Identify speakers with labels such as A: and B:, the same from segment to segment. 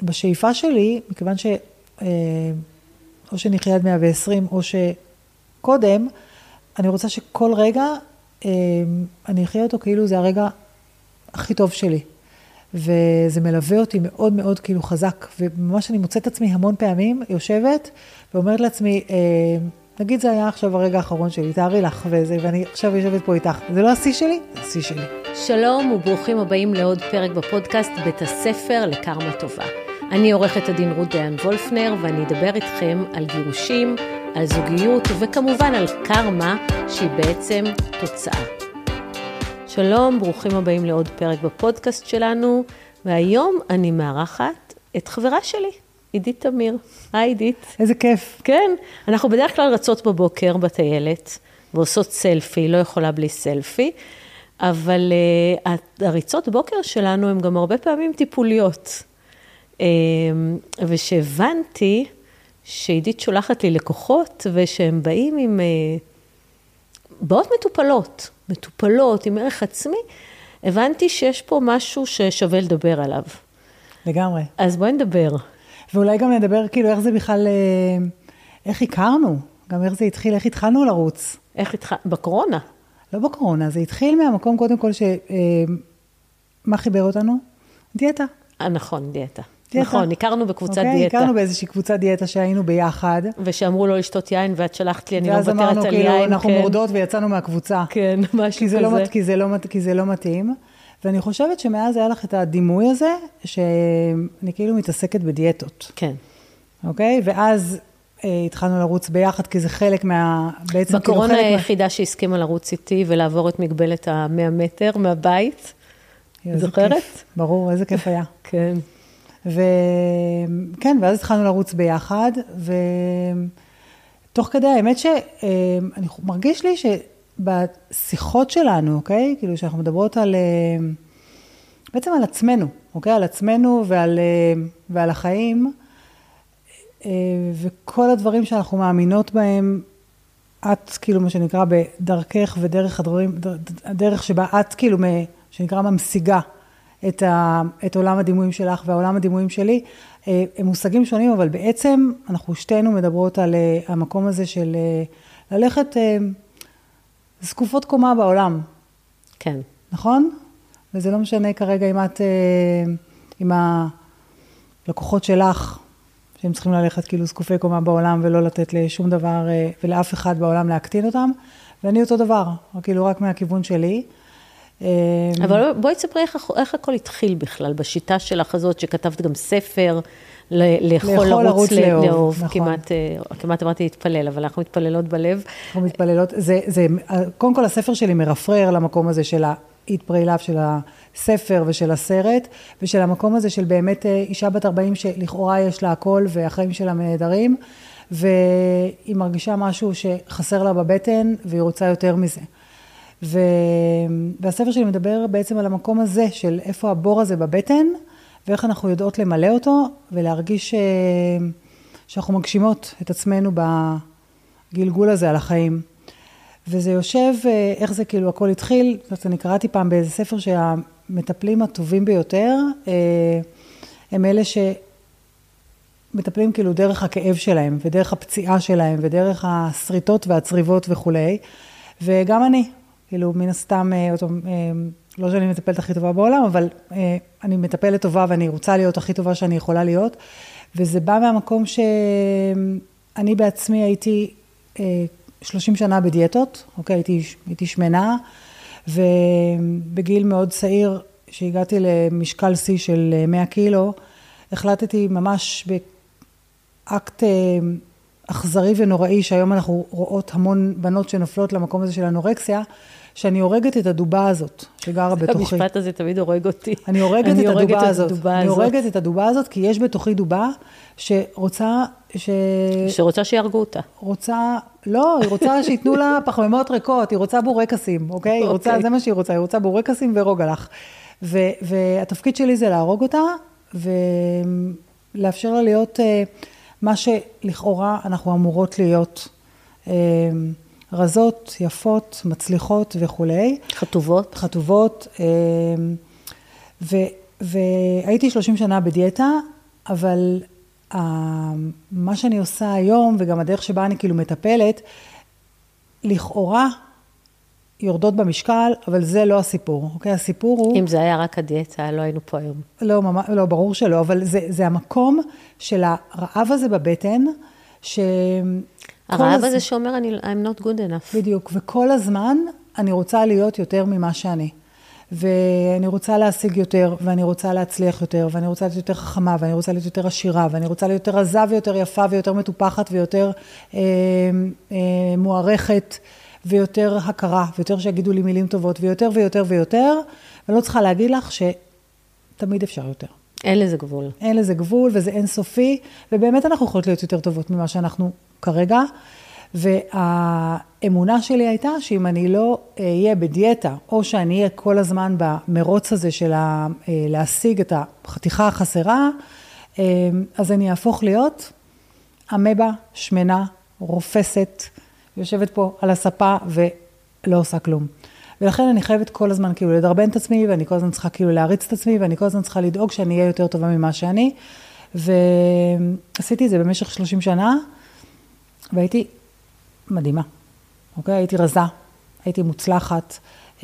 A: בשאיפה שלי, מכיוון או שנחיה עד 120 או שקודם, אני רוצה שכל רגע אני אחיה אותו כאילו זה הרגע הכי טוב שלי. וזה מלווה אותי מאוד מאוד כאילו חזק, וממש אני מוצאת עצמי המון פעמים, יושבת ואומרת לעצמי, נגיד זה היה עכשיו הרגע האחרון שלי, תארי לך וזה, ואני עכשיו יושבת פה איתך. זה לא השיא שלי? זה השיא שלי.
B: שלום וברוכים הבאים לעוד פרק בפודקאסט בית הספר לקרמה טובה. אני עורכת הדין רות דיין וולפנר, ואני אדבר איתכם על גירושים, על זוגיות, וכמובן על קרמה שהיא בעצם תוצאה. שלום, ברוכים הבאים לעוד פרק בפודקאסט שלנו, והיום אני מארחת את חברה שלי, עידית תמיר. היי עידית.
A: איזה כיף.
B: כן, אנחנו בדרך כלל רצות בבוקר בטיילת, ועושות סלפי, לא יכולה בלי סלפי, אבל הריצות בוקר שלנו הן גם הרבה פעמים טיפוליות. ושהבנתי שעידית שולחת לי לקוחות, ושהם באים עם באות מטופלות עם ערך עצמי, הבנתי שיש פה משהו ששווה לדבר עליו.
A: לגמרי.
B: אז בואי נדבר.
A: ואולי גם נדבר כאילו איך זה בכלל, איך הכרנו, גם איך זה התחיל, איך התחלנו לרוץ.
B: בקורונה.
A: לא בקורונה, זה התחיל מהמקום קודם כל מה חיבר אותנו? דיאטה.
B: נכון, דיאטה. נכון, הכרנו בקבוצת דיאטה.
A: הכרנו באיזושהי קבוצת דיאטה שהיינו ביחד.
B: ושאמרו לא לשתות יין, ואת שלחת לי, אני לא מוותרת על יין.
A: ואז אמרנו, כאילו, אנחנו מורדות ויצאנו מהקבוצה.
B: כן, משהו כזה.
A: כי זה לא מתאים. ואני חושבת שמאז היה לך את הדימוי הזה, שאני כאילו מתעסקת בדיאטות.
B: כן.
A: אוקיי? ואז התחלנו לרוץ ביחד, כי זה חלק בעצם
B: בקורונה היחידה שהסכימה לרוץ איתי, ולעבור את מגבלת ה-100 מטר מהבית. זוכרת?
A: ברור, איזה כיף היה.
B: כן.
A: וכן, ואז התחלנו לרוץ ביחד, ותוך כדי האמת שאני מרגיש לי שבשיחות שלנו, אוקיי? כאילו שאנחנו מדברות בעצם על עצמנו, אוקיי? על עצמנו ועל החיים, וכל הדברים שאנחנו מאמינות בהם, את כאילו מה שנקרא בדרכך ודרך הדרך שבה את כאילו שנקרא ממשיגה את עולם הדימויים שלך והעולם הדימויים שלי, הם מושגים שונים, אבל בעצם אנחנו שתינו מדברות על המקום הזה של ללכת זקופות קומה בעולם.
B: כן.
A: נכון? וזה לא משנה כרגע אם את, עם הלקוחות שלך, שהם צריכים ללכת כאילו זקופי קומה בעולם ולא לתת לשום דבר ולאף אחד בעולם להקטין אותם, ואני אותו דבר, כאילו רק מהכיוון שלי.
B: אבל בואי תספרי איך הכל התחיל בכלל, בשיטה שלך הזאת, שכתבת גם ספר, לאכול, לרוץ, לאהוב, כמעט אמרתי להתפלל, אבל אנחנו מתפללות בלב.
A: אנחנו מתפללות, קודם כל הספר שלי מרפרר למקום הזה של ה-Eat Pray Love, של הספר ושל הסרט, ושל המקום הזה של באמת אישה בת 40 שלכאורה יש לה הכל, והחיים שלה נהדרים, והיא מרגישה משהו שחסר לה בבטן, והיא רוצה יותר מזה. והספר שלי מדבר בעצם על המקום הזה של איפה הבור הזה בבטן, ואיך אנחנו יודעות למלא אותו, ולהרגיש שאנחנו מגשימות את עצמנו בגלגול הזה על החיים. וזה יושב, איך זה כאילו הכל התחיל, אני קראתי פעם באיזה ספר שהמטפלים הטובים ביותר, הם אלה שמטפלים כאילו דרך הכאב שלהם, ודרך הפציעה שלהם, ודרך השריטות והצריבות וכולי. וגם אני, כאילו מן הסתם, לא שאני מטפלת הכי טובה בעולם, אבל אני מטפלת טובה ואני רוצה להיות הכי טובה שאני יכולה להיות, וזה בא מהמקום שאני בעצמי הייתי 30 שנה בדיאטות, אוקיי, הייתי שמנה, ובגיל מאוד צעיר, שהגעתי למשקל שיא של 100 קילו, החלטתי ממש באקט אכזרי ונוראי, שהיום אנחנו רואות המון בנות שנופלות למקום הזה של אנורקסיה, שאני הורגת את הדובה הזאת, שגרה בתוכי.
B: המשפט הזה תמיד הורג אותי.
A: אני הורגת את הדובה הזאת. אני הורגת את הדובה הזאת, כי יש בתוכי דובה שרוצה
B: שרוצה שירגו אותה.
A: לא, היא רוצה שיתנו לה פחמימות ריקות, היא רוצה בורקסים, אוקיי? היא רוצה, זה מה שהיא רוצה, היא רוצה בורקסים ורוגלח. והתפקיד שלי זה להרוג אותה, ולאפשר לה להיות מה שלכאורה אנחנו אמורות להיות, רזות, יפות, מצליחות וכולי.
B: חטובות.
A: והייתי 30 שנה בדיאטה, אבל מה שאני עושה היום, וגם הדרך שבה אני כאילו מטפלת, לכאורה יורדות במשקל, אבל זה לא הסיפור, אוקיי? הסיפור הוא...
B: אם זה היה רק הדיאטה, לא היינו פה היום.
A: לא, ברור שלא, אבל זה המקום של הרעב הזה בבטן,
B: הרעב הזה שאומר, I'm not good enough.
A: בדיוק, וכל הזמן אני רוצה להיות יותר ממה שאני. ואני רוצה להשיג יותר, ואני רוצה להצליח יותר, ואני רוצה להיות יותר חכמה, ואני רוצה להיות יותר עשירה, ואני רוצה להיות יותר רזה ויותר יפה, ויותר מטופחת, ויותר מוערכת, ויותר הכרה, ויותר שיגידו לי מילים טובות, ויותר ויותר ויותר, ואני לא צריכה להגיד לך שתמיד אפשר יותר.
B: אין לזה גבול.
A: אין לזה גבול, וזה אינסופי, ובאמת אנחנו יכולות להיות יותר טובות ממה שאנחנו כרגע, והאמונה שלי הייתה שאם אני לא אהיה בדיאטה, או שאני אהיה כל הזמן במרוץ הזה של להשיג את החתיכה החסרה, אז אני אהפוך להיות אמבה, שמנה, רופסת, יושבת פה על הספה ולא עושה כלום. ולכן אני חייבת כל הזמן כאילו לדרבן את עצמי, ואני כל הזמן צריכה כאילו להריץ את עצמי, ואני כל הזמן צריכה לדאוג שאני אהיה יותר טובה ממה שאני, ועשיתי את זה במשך 30 שנה, והייתי מדהימה, אוקיי? הייתי רזה, הייתי מוצלחת,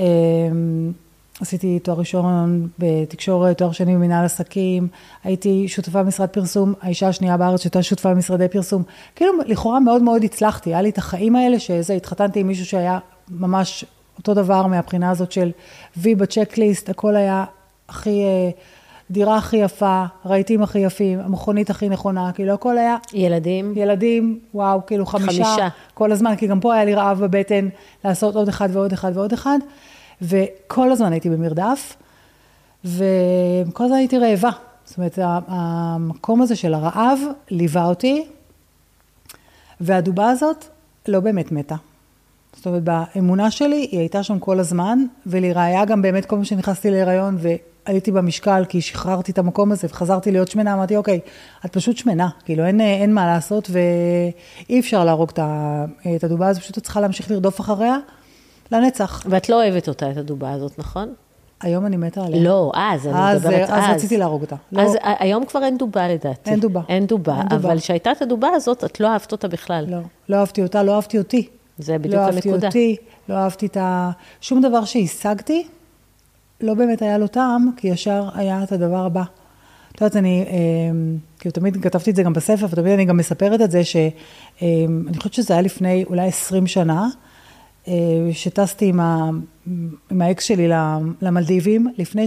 A: עשיתי תואר ראשון בתקשורת, תואר שני במנהל עסקים, הייתי שותפה במשרד פרסום, האישה השנייה בארץ שהייתה שותפה במשרדי פרסום, כאילו לכאורה מאוד מאוד הצלחתי, היה לי את החיים האלה התחתנתי עם מישהו שהיה ממש אותו דבר מהבחינה הזאת של וי בצ'קליסט, הכל היה הכי, דירה הכי יפה, רהיטים הכי יפים, המכונית הכי נכונה, כאילו הכל היה... ילדים, וואו, כאילו 5 כל הזמן, כי גם פה היה לי רעב בבטן לעשות עוד אחד ועוד אחד ועוד אחד, וכל הזמן הייתי במרדף, וכל הזמן הייתי רעבה. זאת אומרת, המקום הזה של הרעב ליווה אותי, והדובה הזאת לא באמת מתה. זאת אומרת, באמונה שלי היא הייתה שם כל הזמן, ולראיה גם באמת כל פעם שנכנסתי להיריון, ועליתי במשקל, כי שחררתי את המקום הזה, וחזרתי להיות שמנה, אמרתי, אוקיי, את פשוט שמנה, כאילו אין מה לעשות, ואי אפשר להרוג את הדובה הזאת, פשוט את צריכה להמשיך לרדוף אחריה, לנצח.
B: ואת לא אוהבת אותה, את הדובה הזאת, נכון?
A: היום אני מתה עליה.
B: לא, אז אני מדברת אז.
A: אז רציתי להרוג אותה.
B: אז היום כבר אין דובה לדעתי. אין דובה, אבל שהייתה את הדובה הזאת, את לא אהבת אותה בכלל.
A: לא אהבתי אותה, לא אהבתי אותי.
B: זה בדיוק הנקודה.
A: לא אהבתי שום דבר שהשגתי, לא באמת היה לו טעם, כי ישר היה את הדבר הבא. את יודעת, כאילו תמיד כתבתי את זה גם בספר, ותמיד אני גם מספרת את זה, שאני חושבת שזה היה לפני אולי 20 שנה, שטסתי עם האקס שלי למלדיבים, לפני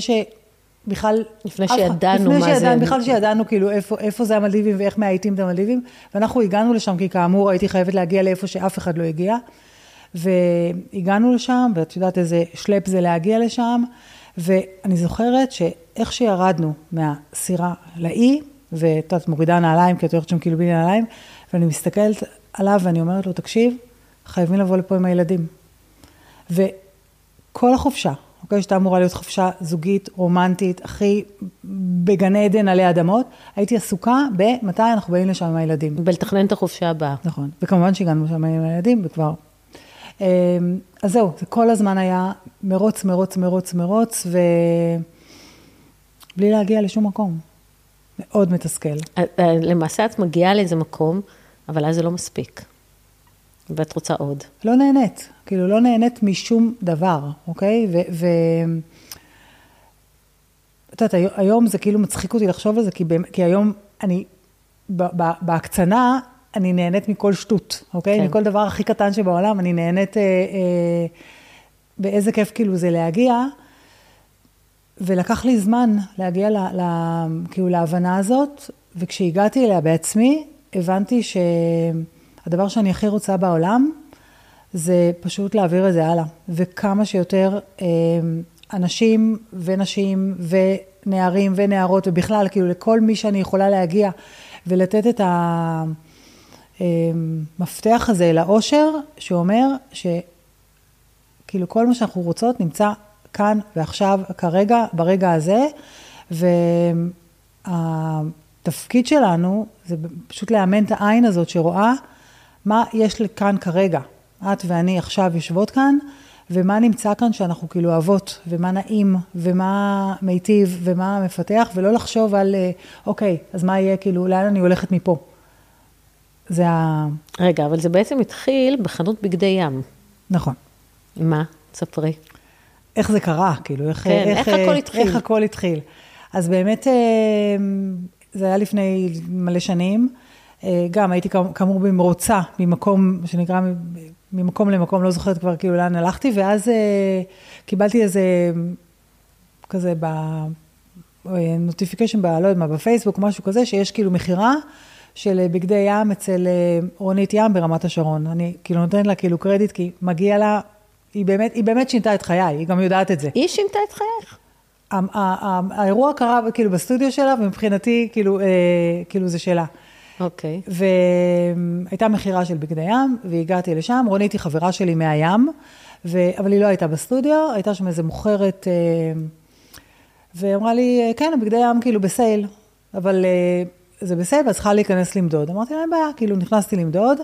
A: שידענו מה זה. בכלל שידענו כאילו איפה זה המלדיבים ואיך מהייתים את המלדיבים, ואנחנו הגענו לשם, כי כאמור הייתי חייבת להגיע לאיפה שאף אחד לא הגיע, והגענו לשם, ואת יודעת איזה שלפ זה להגיע לשם, ואני זוכרת שאיך שירדנו מהסירה לאי, ואת יודעת מורידה נעליים, כי את הולכת שם כאילו בלי נעליים, ואני מסתכלת עליו ואני אומרת לו, תקשיב, חייבים לבוא לפה עם הילדים. וכל החופשה, אוקיי, שאתה אמורה להיות חופשה זוגית, רומנטית, הכי בגני עדן עלי אדמות, הייתי עסוקה במתי אנחנו באים לשם עם הילדים.
B: בלתכנן את החופשה הבאה.
A: נכון, וכמובן שהגענו שם עם הילדים, וכבר. אז זהו, זה כל הזמן היה מרוץ, מרוץ, מרוץ, מרוץ, ובלי להגיע לשום מקום. מאוד מתסכל.
B: למעשה את מגיעה לאיזה מקום, אבל אז זה לא מספיק. ואת רוצה עוד.
A: לא נהנית, כאילו לא נהנית משום דבר, אוקיי? את יודעת, היום זה כאילו מצחיק אותי לחשוב על זה, כי היום אני, בהקצנה, אני נהנית מכל שטות, אוקיי? כן. מכל דבר הכי קטן שבעולם, אני נהנית באיזה כיף כאילו זה להגיע, ולקח לי זמן להגיע כאילו להבנה הזאת, וכשהגעתי אליה בעצמי, הבנתי שהדבר שאני הכי רוצה בעולם, זה פשוט להעביר את זה הלאה, וכמה שיותר אנשים ונשים ונערים ונערות, ובכלל כאילו לכל מי שאני יכולה להגיע, ולתת את המפתח הזה לאושר, שאומר שכאילו כל מה שאנחנו רוצות נמצא כאן ועכשיו, כרגע, ברגע הזה, והתפקיד שלנו זה פשוט לאמן את העין הזאת שרואה מה יש לי כאן כרגע. את ואני עכשיו יושבות כאן, ומה נמצא כאן שאנחנו כאילו אוהבות, ומה נעים, ומה מיטיב, ומה מפתח, ולא לחשוב על, אוקיי, אז מה יהיה, כאילו, לאן אני הולכת מפה? זה
B: רגע, אבל זה בעצם התחיל בחנות בגדי ים.
A: נכון.
B: מה? תספרי.
A: איך זה קרה, כאילו,
B: איך הכל התחיל?
A: איך הכל התחיל. אז באמת, זה היה לפני מלא שנים, גם הייתי כאמור במרוצה, ממקום שנקרא, ממקום למקום, לא זוכרת כבר כאילו לאן הלכתי, ואז קיבלתי איזה, כזה בנוטיפיקיישן, לא יודעת מה, בפייסבוק, משהו כזה, שיש כאילו מחירה של בגדי ים אצל רונית ים ברמת השרון. אני כאילו נותנת לה כאילו קרדיט, כי מגיע לה, היא באמת שינתה את חיי, היא גם יודעת את זה.
B: היא שינתה את חייך?
A: האירוע קרה כאילו בסטודיו שלה, ומבחינתי כאילו זה שלה.
B: אוקיי.
A: והייתה מחירה של בגדי ים, והגעתי לשם, רונית היא חברה שלי מהים, אבל היא לא הייתה בסטודיו, הייתה שם איזה מוכרת, ואמרה לי, כן, בגדי ים כאילו בסייל, אבל זה בסייל, ואת צריכה להיכנס למדוד. אמרתי להם, בעיה, כאילו נכנסתי למדוד,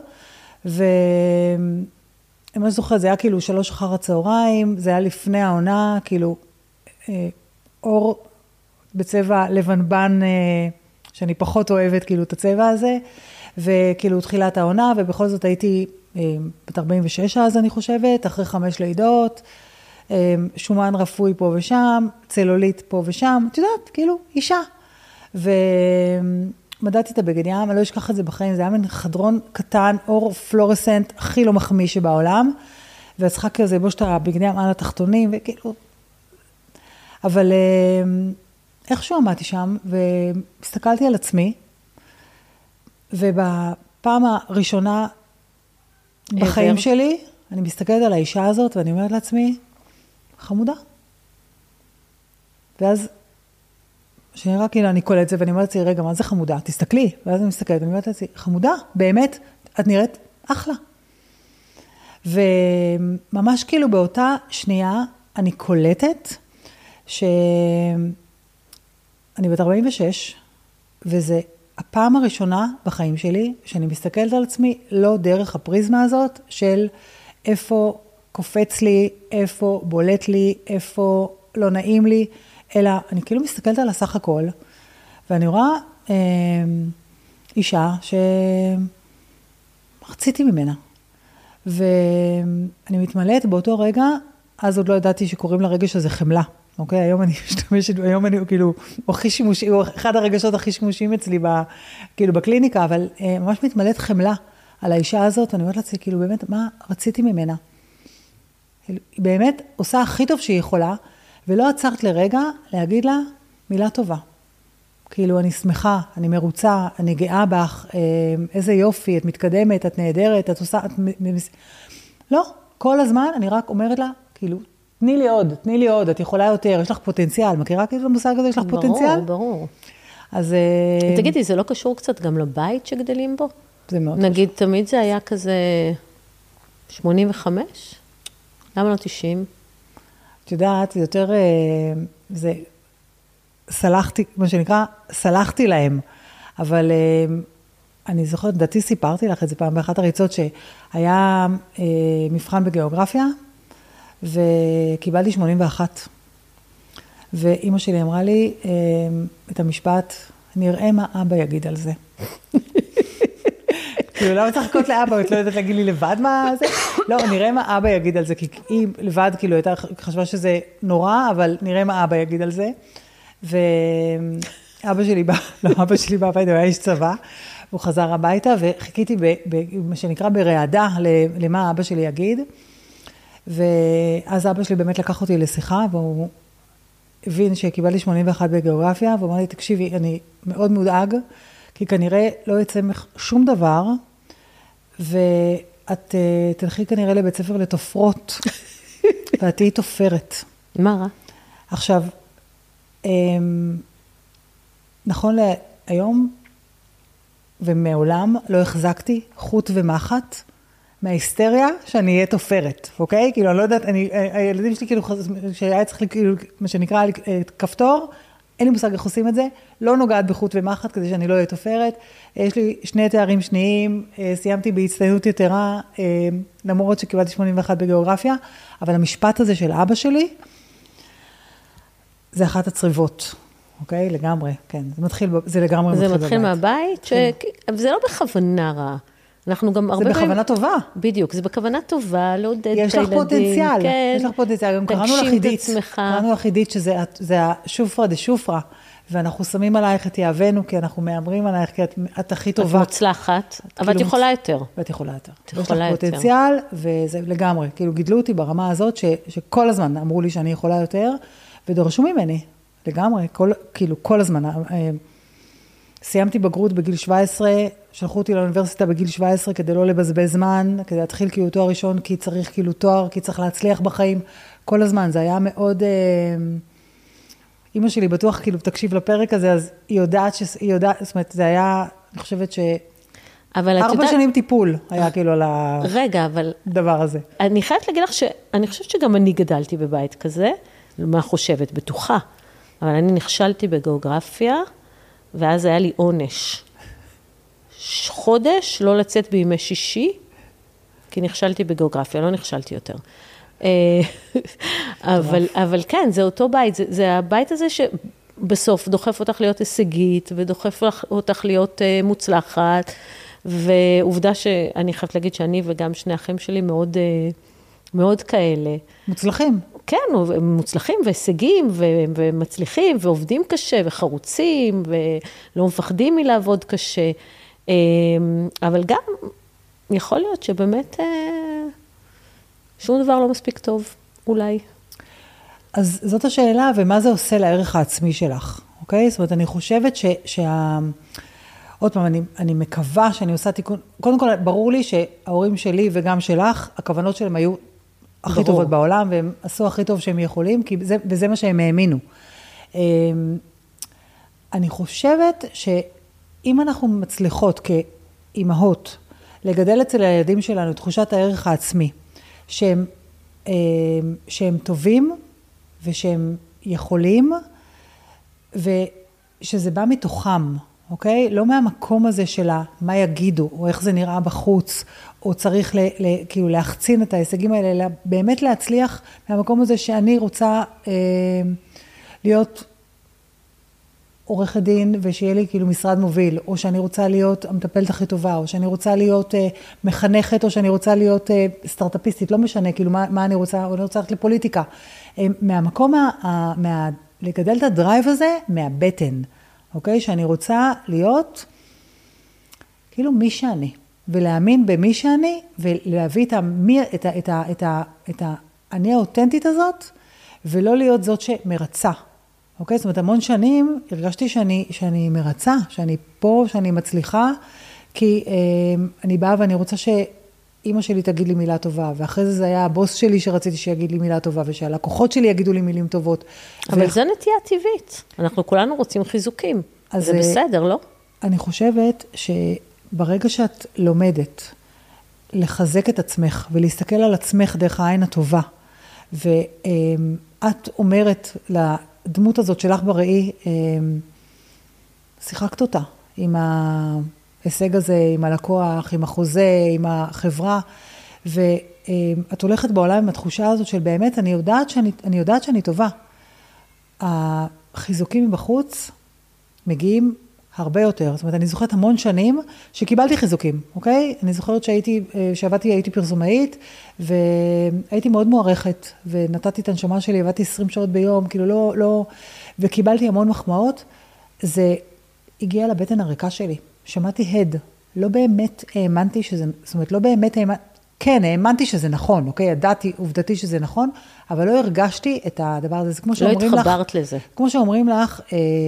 A: אני זוכרת, זה היה כאילו 3 אחר הצהריים, זה היה לפני העונה, כאילו, אור בצבע לבנבן, שאני פחות אוהבת כאילו את הצבע הזה, וכאילו תחילת העונה, ובכל זאת הייתי בת 46 אז אני חושבת, אחרי 5 לידות, שומן רפוי פה ושם, צלולית פה ושם, את יודעת, כאילו, אישה. ומדעתי את הבגד ים, אני לא אשכח את זה בחיים, זה היה מין חדרון קטן, אור פלורסנט, הכי לא מחמיא שבעולם, והצחק כזה, בוא שאתה בגד ים על התחתונים, וכאילו, אבל איכשהו עמדתי שם, והסתכלתי על עצמי, ובפעם הראשונה בחיים שלי, אני מסתכלת על האישה הזאת, ואני אומרת לעצמי, חמודה. ואז, שנראה כאילו אני קולט את זה, ואני אומרת לעצמי, רגע, מה זה חמודה? תסתכלי. ואז אני מסתכלת, ואני אומרת לעצמי, חמודה, באמת, את נראית אחלה. וממש כאילו באותה שנייה, אני קולטת, שאני בת 46, וזה הפעם הראשונה בחיים שלי, שאני מסתכלת על עצמי, לא דרך הפריזמה הזאת, של איפה קופץ לי, איפה בולט לי, איפה לא נעים לי, אלא אני כאילו מסתכלת על הסך הכל, ואני רואה אישה שרציתי ממנה, ואני מתמלאת באותו רגע, אז עוד לא ידעתי שקוראים לרגש הזה חמלה, אוקיי? היום אני משתמשת, היום אני כאילו, הוא הכי שימושי, הוא אחד הרגשות הכי שימושיים אצלי, כאילו בקליניקה, אבל ממש מתמלאת חמלה על האישה הזאת, אני אומרת לעצמי, כאילו באמת, מה רציתי ממנה? היא באמת עושה הכי טוב שהיא יכולה, ולא עצרת לרגע להגיד לה מילה טובה. כאילו, אני שמחה, אני מרוצה, אני גאה בך, איזה יופי, את מתקדמת, את נהדרת, את עושה, לא, כל הזמן אני רק אומרת לה, כאילו, תני לי עוד, את יכולה יותר, יש לך פוטנציאל, מכירה כאילו המושג הזה, יש לך פוטנציאל?
B: ברור.
A: אז
B: תגידי, זה לא קשור קצת גם לבית שגדלים בו?
A: זה מאוד
B: נגיד, תמיד זה היה כזה 85? למה לא 90?
A: את יודעת, זה יותר, זה, סלחתי, מה שנקרא, סלחתי להם, אבל אני זוכרת, דעתי סיפרתי לך את זה פעם באחת הריצות, שהיה מבחן בגיאוגרפיה, וקיבלתי 81. ואימא שלי אמרה לי את המשפט, נראה מה אבא יגיד על זה. כאילו, למה צריך לחכות לאבא? את לא יודעת להגיד לי לבד מה זה? לא, נראה מה אבא יגיד על זה, כי היא לבד כאילו הייתה חשבה שזה נורא, אבל נראה מה אבא יגיד על זה. ואבא שלי בא, לא, אבא שלי בא הביתה, הוא היה איש צבא, הוא חזר הביתה, וחיכיתי מה שנקרא ברעדה למה אבא שלי יגיד. ואז אבא שלי באמת לקח אותי לשיחה, והוא הבין שקיבלתי 81 בגיאוגרפיה, והוא אמר לי, תקשיבי, אני מאוד מודאג, כי כנראה לא יצא שום דבר, ואת תלכי כנראה לבית ספר לתופרות, ואת תהיי תופרת.
B: מה רע?
A: עכשיו, נכון להיום, ומעולם לא החזקתי חוט ומחט, מההיסטריה שאני אהיה תופרת, אוקיי? כאילו, אני לא יודעת, הילדים שלי כאילו, שהיה צריך כאילו, מה שנקרא, כפתור, אין לי מושג איך עושים את זה, לא נוגעת בחוט ומחט כדי שאני לא אהיה תופרת, יש לי 2 תארים שניים, סיימתי בהצטיינות יתרה, למרות שקיבלתי 81 בגיאוגרפיה, אבל המשפט הזה של אבא שלי, זה אחת הצריבות, אוקיי? לגמרי, כן, זה לגמרי מתחיל בבית.
B: זה מתחיל מהבית, זה לא בכוונה רעה. אנחנו גם הרבה
A: זה בכוונה טובה.
B: בדיוק, זה בכוונה טובה, לעודד את הילדים.
A: יש לך פוטנציאל,
B: כן.
A: יש לך פוטנציאל. גם קראנו לך עידית. קראנו לך עידית שזה השופרה דשופרה, ואנחנו שמים עלייך את יאהבנו, כי אנחנו מאמרים עלייך, כי את הכי טובה.
B: את מוצלחת, אבל את יכולה יותר.
A: ואת יכולה יותר. יש לך פוטנציאל, וזה לגמרי. כאילו גידלו אותי ברמה הזאת, שכל הזמן אמרו לי שאני יכולה יותר, ודרשו ממני, לגמרי, כאילו כל הזמן. סיימתי בגרות בגיל 17, שלחו אותי לאוניברסיטה בגיל 17 כדי לא לבזבז זמן, כדי להתחיל כאילו תואר ראשון, כי צריך כאילו תואר, כי צריך להצליח בחיים, כל הזמן. זה היה מאוד, אמא שלי בטוח כאילו תקשיב לפרק הזה, אז היא יודעת, זאת אומרת, זה היה, אני חושבת ש... 4 שנים טיפול היה כאילו על הדבר הזה.
B: אני חייבת להגיד לך שאני חושבת שגם אני גדלתי בבית כזה, מה חושבת, בטוחה, אבל אני נכשלתי בגיאוגרפיה, ואז היה לי עונש. חודש לא לצאת בימי שישי, כי נכשלתי בגיאוגרפיה, לא נכשלתי יותר. אבל כן, זה אותו בית, זה הבית הזה שבסוף דוחף אותך להיות הישגית, ודוחף אותך להיות מוצלחת, ועובדה שאני חייבת להגיד שאני וגם שני אחים שלי מאוד, מאוד כאלה.
A: מוצלחים.
B: כן, מוצלחים והישגים ומצליחים ועובדים קשה וחרוצים ולא מפחדים מלעבוד קשה. אבל גם יכול להיות שבאמת שום דבר לא מספיק טוב, אולי.
A: אז זאת השאלה, ומה זה עושה לערך העצמי שלך, אוקיי? זאת אומרת, אני חושבת עוד פעם, אני מקווה שאני עושה תיקון. קודם כל, ברור לי שההורים שלי וגם שלך, הכוונות שלהם היו הכי טובות בעולם, והם עשו הכי טוב שהם יכולים, וזה מה שהם האמינו. אני חושבת שאם אנחנו מצליחות כאימהות, לגדל אצל הילדים שלנו תחושת הערך העצמי, שהם טובים, ושהם יכולים, ושזה בא מתוכם, אוקיי? לא מהמקום הזה של מה יגידו, או איך זה נראה בחוץ, או צריך כאילו להחצין את ההישגים האלה, אלא באמת להצליח מהמקום הזה שאני רוצה להיות עורכת דין, ושיהיה לי כאילו משרד מוביל, או שאני רוצה להיות המטפלת הכי טובה, או שאני רוצה להיות מחנכת, או שאני רוצה להיות סטארט-אפיסטית, לא משנה, כאילו מה אני רוצה, או אני רוצה ללכת לפוליטיקה. מהמקום, לגדל את הדרייב הזה, מהבטן, אוקיי? שאני רוצה להיות כאילו מי שאני, ולהאמין במי שאני, ולהביא את האני האותנטית הזאת, ולא להיות זאת שמרצה. אוקיי? זאת אומרת, המון שנים הרגשתי שאני מרצה, שאני פה, שאני מצליחה, כי אני באה ואני רוצה שאמא שלי תגיד לי מילה טובה, ואחרי זה היה הבוס שלי שרציתי שיגיד לי מילה טובה, ושהלקוחות שלי יגידו לי מילים טובות.
B: אבל זה נטייה טבעית. אנחנו כולנו רוצים חיזוקים. זה בסדר, לא?
A: אני חושבת שברגע שאת לומדת לחזק את עצמך, ולהסתכל על עצמך דרך העין הטובה, ואת אומרת לדמות הזאת שלך בראי, שיחקת אותה עם ההישג הזה, עם הלקוח, עם החוזה, עם החברה, ואת הולכת בעולם עם התחושה הזאת של באמת, אני יודעת שאני טובה. החיזוקים מבחוץ מגיעים הרבה יותר. זאת אומרת, אני זוכרת המון שנים שקיבלתי חיזוקים, אוקיי? אני זוכרת הייתי פרסומאית, והייתי מאוד מוערכת, ונתתי את הנשמה שלי, עבדתי 20 שעות ביום, כאילו לא, וקיבלתי המון מחמאות. זה הגיע לבטן הריקה שלי. שמעתי הד. לא באמת האמנתי שזה, זאת אומרת, לא באמת כן, האמנתי שזה נכון, אוקיי? ידעתי עובדתי שזה נכון, אבל לא הרגשתי את הדבר הזה. זה כמו שאומרים לך,
B: לא התחברת לזה.
A: כמו שאומרים לך,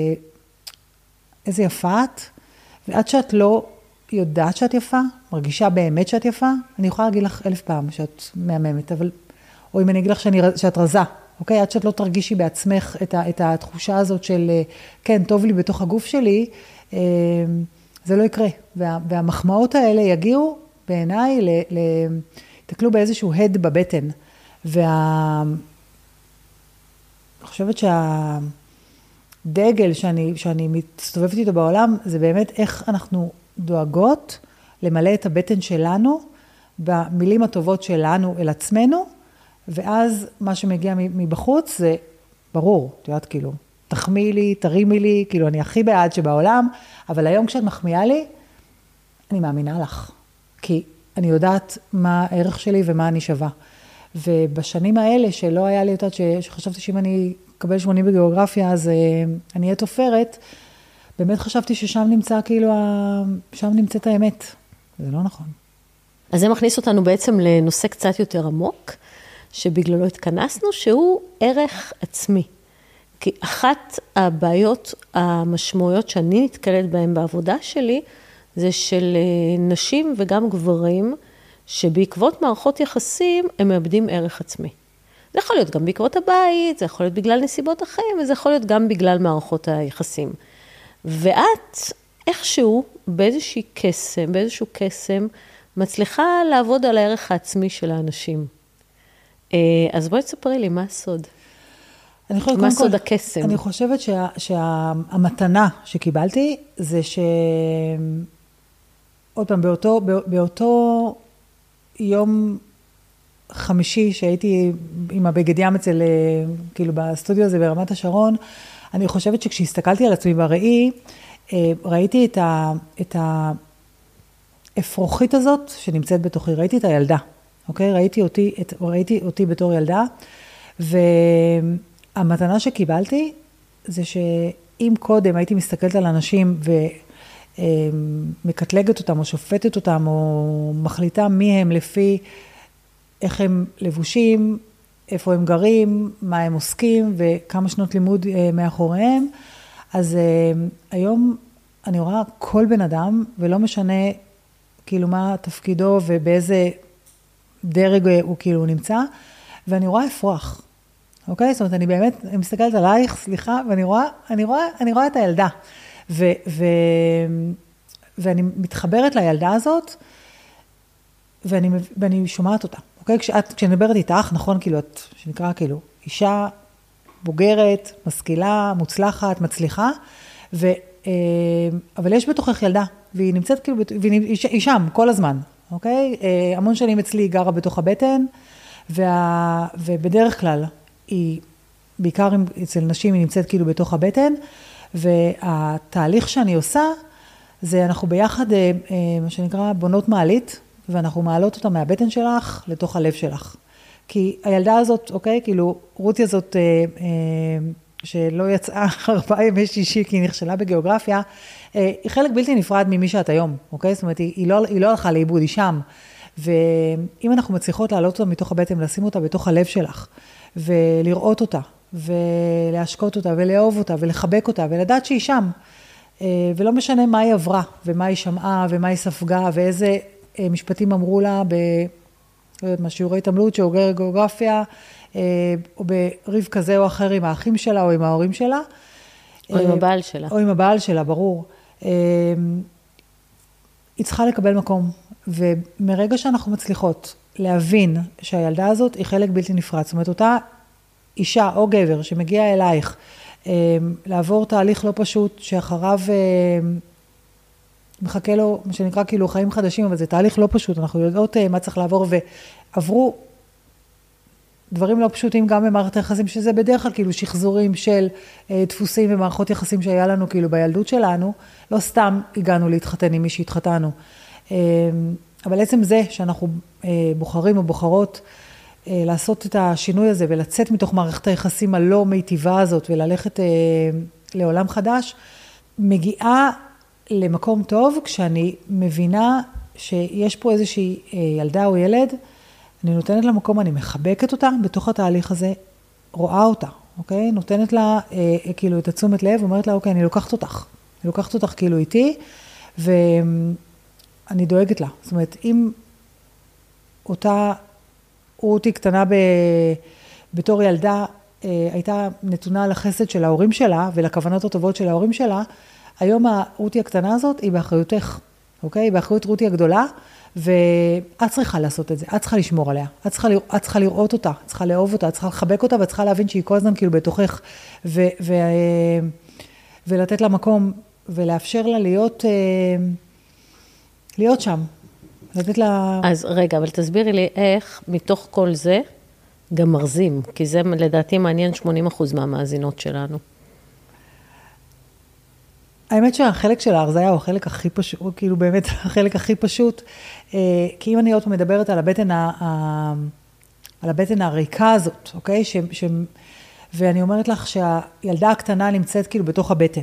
A: איזה יפה את, ועד שאת לא יודעת שאת יפה, מרגישה באמת שאת יפה, אני יכולה להגיד לך 1000 פעם שאת מהממת, אבל, או אם אני אגיד לך שאת רזה, אוקיי? עד שאת לא תרגישי בעצמך את התחושה הזאת של, כן, טוב לי בתוך הגוף שלי, זה לא יקרה. והמחמאות האלה יגיעו בעיניי, תקלו באיזשהו הד בבטן. אני חושבת דגל שאני מסתובבת איתו בעולם, זה באמת איך אנחנו דואגות למלא את הבטן שלנו, במילים הטובות שלנו אל עצמנו, ואז מה שמגיע מבחוץ זה ברור, את יודעת, כאילו, תחמיא לי, תרימי לי, כאילו, אני הכי בעד שבעולם, אבל היום כשאת מחמיאה לי, אני מאמינה לך, כי אני יודעת מה הערך שלי ומה אני שווה. ובשנים האלה שלא היה לי, יודעת, שחשבתי שאם אני אקבל 80 בגיאוגרפיה, אז אני אהיה תופרת, באמת חשבתי ששם נמצא, כאילו, שם נמצאת האמת. זה לא נכון.
B: אז זה מכניס אותנו בעצם לנושא קצת יותר עמוק, שבגללו התכנסנו, שהוא ערך עצמי. כי אחת הבעיות המשמעויות שאני נתקלת בהן בעבודה שלי, זה של נשים וגם גברים, שבעקבות מערכות יחסים הם מאבדים ערך עצמי. זה יכול להיות גם בעקבות הבית, זה יכול להיות בגלל נסיבות החיים, וזה יכול להיות גם בגלל מערכות היחסים. ואת איכשהו באיזשהו קסם, מצליחה לעבוד על הערך העצמי של האנשים. אז בואי תספרי לי, מה הסוד? מה סוד הקסם?
A: אני חושבת שהמתנה שקיבלתי, זה עוד פעם, באותו יום חמישי שהייתי עם הבגד ים אצל, כאילו בסטודיו הזה ברמת השרון, אני חושבת שכשהסתכלתי על עצמי בראי, ראיתי את האפרוחית הזאת שנמצאת בתוכי, ראיתי את הילדה, אוקיי? ראיתי אותי בתור ילדה, והמתנה שקיבלתי זה שאם קודם הייתי מסתכלת על אנשים ומקטלגת אותם או שופטת אותם או מחליטה מי הם לפי איך הם לבושים, איפה הם גרים, מה הם עוסקים וכמה שנות לימוד מאחוריהם, אז היום אני רואה כל בן אדם ולא משנה כאילו מה תפקידו ובאיזה דרג הוא כאילו נמצא, ואני רואה אפרוח, אוקיי? זאת אומרת, אני באמת מסתכלת עלייך, סליחה, ואני רואה את הילדה, ואני מתחברת לילדה הזאת, ואני שומעת אותה, אוקיי? כשאני מדברת איתך, נכון, כאילו, את שנקרא כאילו, אישה בוגרת, משכילה, מוצלחת, מצליחה, אבל יש בתוכך ילדה, והיא נמצאת כאילו, והיא שם כל הזמן, אוקיי? המון שנים אצלי היא גרה בתוך הבטן, ובדרך כלל היא, בעיקר אצל נשים היא נמצאת כאילו בתוך הבטן, והתהליך שאני עושה, זה אנחנו ביחד, מה שנקרא, בונות מעלית, ואנחנו מעלות אותה מהבטן שלך לתוך הלב שלך. כי הילדה הזאת, אוקיי, כאילו, רותי הזאת, שלא יצאה 4 ימי שישי, כי היא נכשלה בגיאוגרפיה, היא חלק בלתי נפרד ממי שאת היום, אוקיי? זאת אומרת, היא לא הלכה לאיבוד, היא שם. ואם אנחנו מצליחות להעלות אותה מתוך הבטן, לשים אותה בתוך הלב שלך, ולראות אותה, ולהשקות אותה, ולאהוב אותה, ולחבק אותה, ולדעת שהיא שם. ולא משנה מה היא עברה, ומה היא שמעה, ומה היא ספגה, ואיזה משפטים אמרו לה בשיעורי התעמלות, שיעורי גיאוגרפיה, או בריב כזה או אחר עם האחים שלה, או עם ההורים שלה.
B: או עם הבעל שלה.
A: או עם הבעל שלה, ברור. היא צריכה לקבל מקום. ומרגע שאנחנו מצליחות להבין שהילדה הזאת היא חלק בלתי נפרד, זאת אומרת, אותה אישה או גבר שמגיע אלייך, לעבור תהליך לא פשוט, שאחריו מחכה לו, מה שנקרא כאילו חיים חדשים, אבל זה תהליך לא פשוט, אנחנו יודעות מה צריך לעבור, ועברו דברים לא פשוטים גם במערכת היחסים, שזה בדרך כלל כאילו שחזורים של דפוסים ומערכות יחסים שהיה לנו כאילו בילדות שלנו, לא סתם הגענו להתחתן עם מי שהתחתנו, אבל עצם זה שאנחנו בוחרים או בוחרות לעשות את השינוי הזה ולצאת מתוך מערכת היחסים הלא מיטיבה הזאת וללכת לעולם חדש, מגיעה למקום טוב כשאני מבינה שיש פה איזושהי ילדה או ילד, אני נותנת לה מקום, אני מחבקת אותה בתוך התהליך הזה, רואה אותה, אוקיי? נותנת לה כאילו את התשומת לב, אומרת לה, אוקיי, אני לוקחת אותך כאילו איתי, ואני דואגת לה. זאת אומרת, אם אותה רותי קטנה בתור ילדה, הייתה נתונה לחסד של ההורים שלה, ולכוונות הטובות של ההורים שלה, היום הרותי הקטנה הזאת היא באחריותך, אוקיי? היא באחריות רותי הגדולה, ואת צריכה לעשות את זה, את צריכה לשמור עליה, את צריכה לראות אותה, את צריכה לאהוב אותה, את צריכה לחבק אותה, ואת צריכה להבין שהיא כל הזמן כאילו בתוכך, ולתת לה מקום, ולאפשר לה להיות שם. לתת לה...
B: אז רגע, אבל תסבירי לי איך מתוך כל זה גם מרזים, כי זה לדעתי מעניין 80% מהמאזינות שלנו.
A: האמת שהחלק של ההרזיה הוא החלק הכי פשוט, כאילו באמת החלק הכי פשוט, כי אם אני עוד מדברת על הבטן הריקה הזאת, אוקיי? ואני אומרת לך שהילדה הקטנה נמצאת כאילו בתוך הבטן,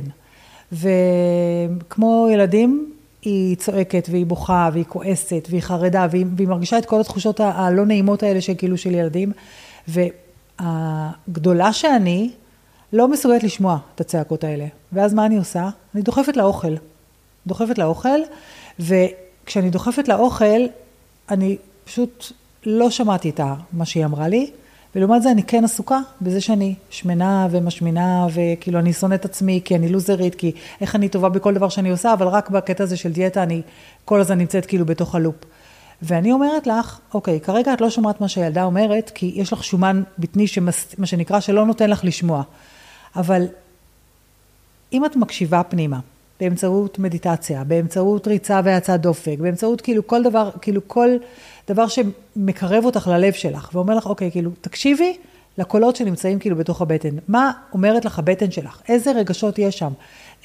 A: וכמו ילדים, היא צועקת והיא בוכה והיא כועסת והיא חרדה והיא מרגישה את כל התחושות הלא נעימות האלה שכאילו של ילדים, והגדולה שאני לא מסוגלת לשמוע את הצעקות האלה. ואז מה אני עושה? אני דוחפת לאוכל, וכשאני דוחפת לאוכל, אני פשוט לא שמעתי את מה שהיא אמרה לי, ולעומת זה אני כן עסוקה בזה שאני שמנה ומשמינה, וכאילו אני שונאת עצמי, כי אני לוזרית, כי איך אני טובה בכל דבר שאני עושה, אבל רק בקטע הזה של דיאטה אני כל הזמן נמצאת כאילו בתוך הלופ. ואני אומרת לך, אוקיי, כרגע את לא שומעת מה שהילדה אומרת, כי יש לך שומן בטני, מה שנקרא, שלא נותן לך לשמוע. אבל אם את מקשיבה פנימה, באמצעות מדיטציה, באמצעות ריצה והצעת דופק, באמצעות כאילו כל דבר שמקרב אותך ללב שלך, ואומר לך, אוקיי, כאילו, תקשיבי לקולות שנמצאים כאילו בתוך הבטן. מה אומרת לך הבטן שלך? איזה רגשות יש שם?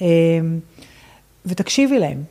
A: ותקשיבי להם.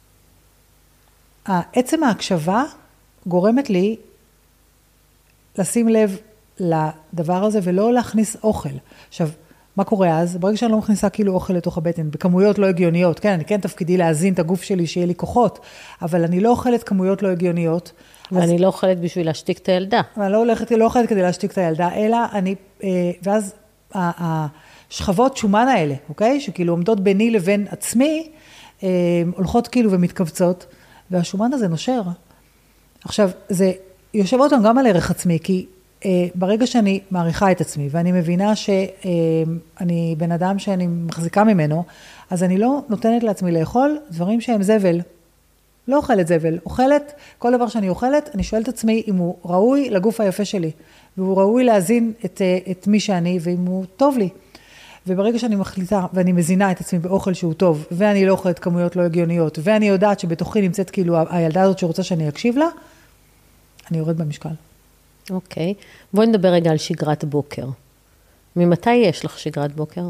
A: עצם ההקשבה גורמת לי לשים לב לדבר הזה ולא להכניס אוכל. עכשיו, מה קורה אז? ברגע שאני לא מכניסה כאילו אוכל לתוך הבטן, בכמויות לא הגיוניות, כן, אני כן תפקידי להזין את הגוף שלי שיהיה לי כוחות, אבל אני לא אוכלת כמויות לא הגיוניות.
B: ואני לא אוכלת בשביל להשתיק את הילדה.
A: אני לא אוכלת כדי להשתיק את הילדה, אלא אני, ואז השכבות שומן האלה, אוקיי? שכאילו עומדות ביני לבין עצמי, הולכות כאילו ומתכווצות, והשומן הזה נושר. עכשיו, זה יושב אותם גם על ערך עצמי, כי ברגע שאני מעריכה את עצמי, ואני מבינה שאני בן אדם שאני מחזיקה ממנו, אז אני לא נותנת לעצמי לאכול דברים שהם זבל. לא אוכלת זבל. אוכלת, כל דבר שאני אוכלת, אני שואלת את עצמי אם הוא ראוי לגוף היפה שלי, והוא ראוי להזין את מי שאני, ואם הוא טוב לי. וברגע שאני מחליטה, ואני מזינה את עצמי באוכל שהוא טוב, ואני לא אוכלת כמויות לא הגיוניות, ואני יודעת שבתוכי נמצאת כאילו הילדה הזאת שרוצה שאני אקשיב לה, אני יורד במשקל.
B: אוקיי. בואי נדבר רגע על שגרת בוקר. ממתי יש לך שגרת בוקר?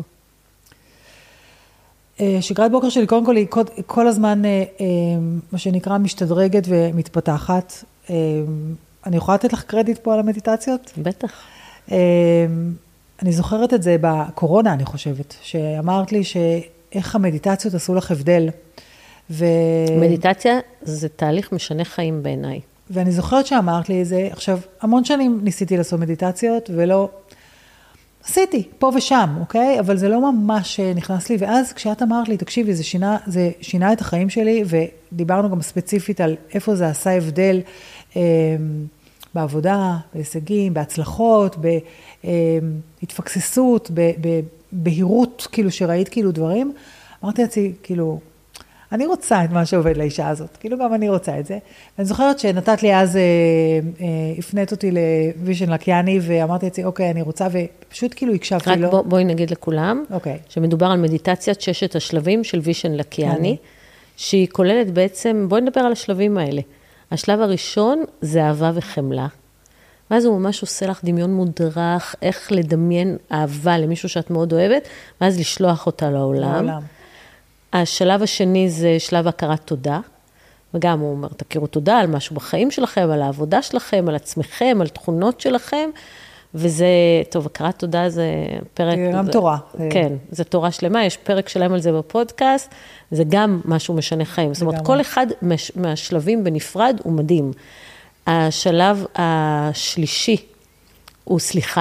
A: שגרת בוקר שלי, קודם כל, היא כל הזמן, מה שנקרא, משתדרגת ומתפתחת. אני יכולה לתת לך קרדיט פה על המדיטציות?
B: בטח.
A: אני זוכרת את זה בקורונה, אני חושבת, שאמרת לי שאיך המדיטציות עשו לך הבדל.
B: מדיטציה זה תהליך משנה חיים בעיניי.
A: ואני זוכרת שאמרת לי את זה, עכשיו, המון שנים ניסיתי לעשות מדיטציות, ולא, עשיתי, פה ושם, אוקיי? אבל זה לא ממש נכנס לי, ואז כשאת אמרת לי, תקשיבי, זה שינה את החיים שלי, ודיברנו גם ספציפית על איפה זה עשה הבדל, בעבודה, בהישגים, בהצלחות, בהתפקססות, בהירות, כאילו שראית כאילו דברים, אמרתי לעצמי, כאילו, אני רוצה את מה שעובד לאישה הזאת, כאילו גם אני רוצה את זה. ואני זוכרת שנתת לי אז, הפנית אותי לויז'ן לקיאני, ואמרתי לעצמי, אוקיי, אני רוצה, ופשוט כאילו הקשבתי לו.
B: רק בואי נגיד לכולם, שמדובר על מדיטציית 6 השלבים של ויז'ן לקיאני, שהיא כוללת בעצם, בואי נדבר על השלבים האלה. השלב הראשון זה אהבה וחמלה. ואז הוא ממש עושה לך דמיון מודרך, איך לדמיין אהבה למישהו שאת מאוד אוהבת, ואז לשלוח אותה לעולם. השלב השני זה שלב הכרת תודה, וגם הוא אומר, תכירו תודה על משהו בחיים שלכם, על העבודה שלכם, על עצמכם, על תכונות שלכם, וזה, טוב, הכרת תודה זה פרק...
A: זה גם תורה.
B: כן, זה תורה שלמה, יש פרק שלם על זה בפודקאסט, זה גם משהו משנה חיים. זאת אומרת, כל אחד מהשלבים בנפרד הוא מדהים. השלב השלישי הוא סליחה,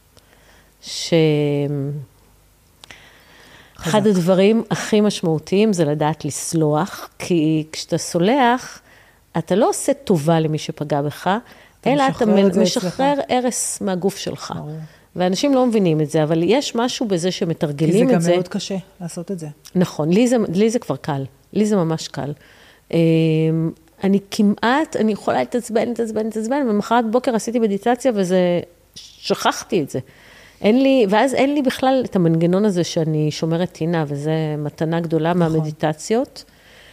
B: אחד הדברים הכי משמעותיים זה לדעת לסלוח, כי כשאתה סולח, אתה לא עושה טובה למי שפגע בך, אלא אתה משחרר הרס מהגוף שלך. ואנשים לא מבינים את זה, אבל יש משהו בזה שמתרגלים את זה.
A: כי זה גם מאוד קשה לעשות את זה.
B: נכון, לי זה כבר קל, לי זה ממש קל. אני כמעט, אני יכולה להתעצבן, ומחרת בוקר עשיתי מדיטציה, וזה, שכחתי את זה. ואז אין לי בכלל את המנגנון הזה שאני שומרת טינה, וזו מתנה גדולה מהמדיטציות.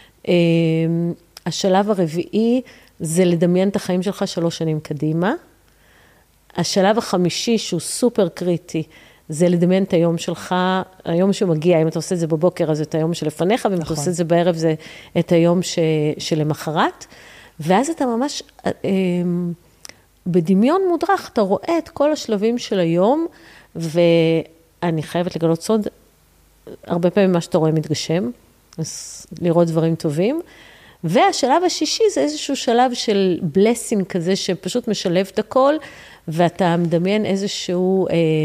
B: השלב הרביעי זה לדמיין את החיים שלך 3 שנים קדימה. השלב החמישי, שהוא סופר קריטי, זה לדמיין את היום שלך, היום שמגיע, אם אתה עושה את זה בבוקר, אז את היום שלפניך, ואם אתה עושה את זה בערב, זה את היום שלמחרת. ואז אתה ממש, בדמיון מודרך, אתה רואה את כל השלבים של היום, ואני חייבת לגלות סוד, הרבה פעמים מה שאתה רואה מתגשם, אז לראות דברים טובים. והשלב השישי זה איזשהו שלב של בלסינג כזה, שפשוט משלב את הכל, ואתה מדמיין איזשהו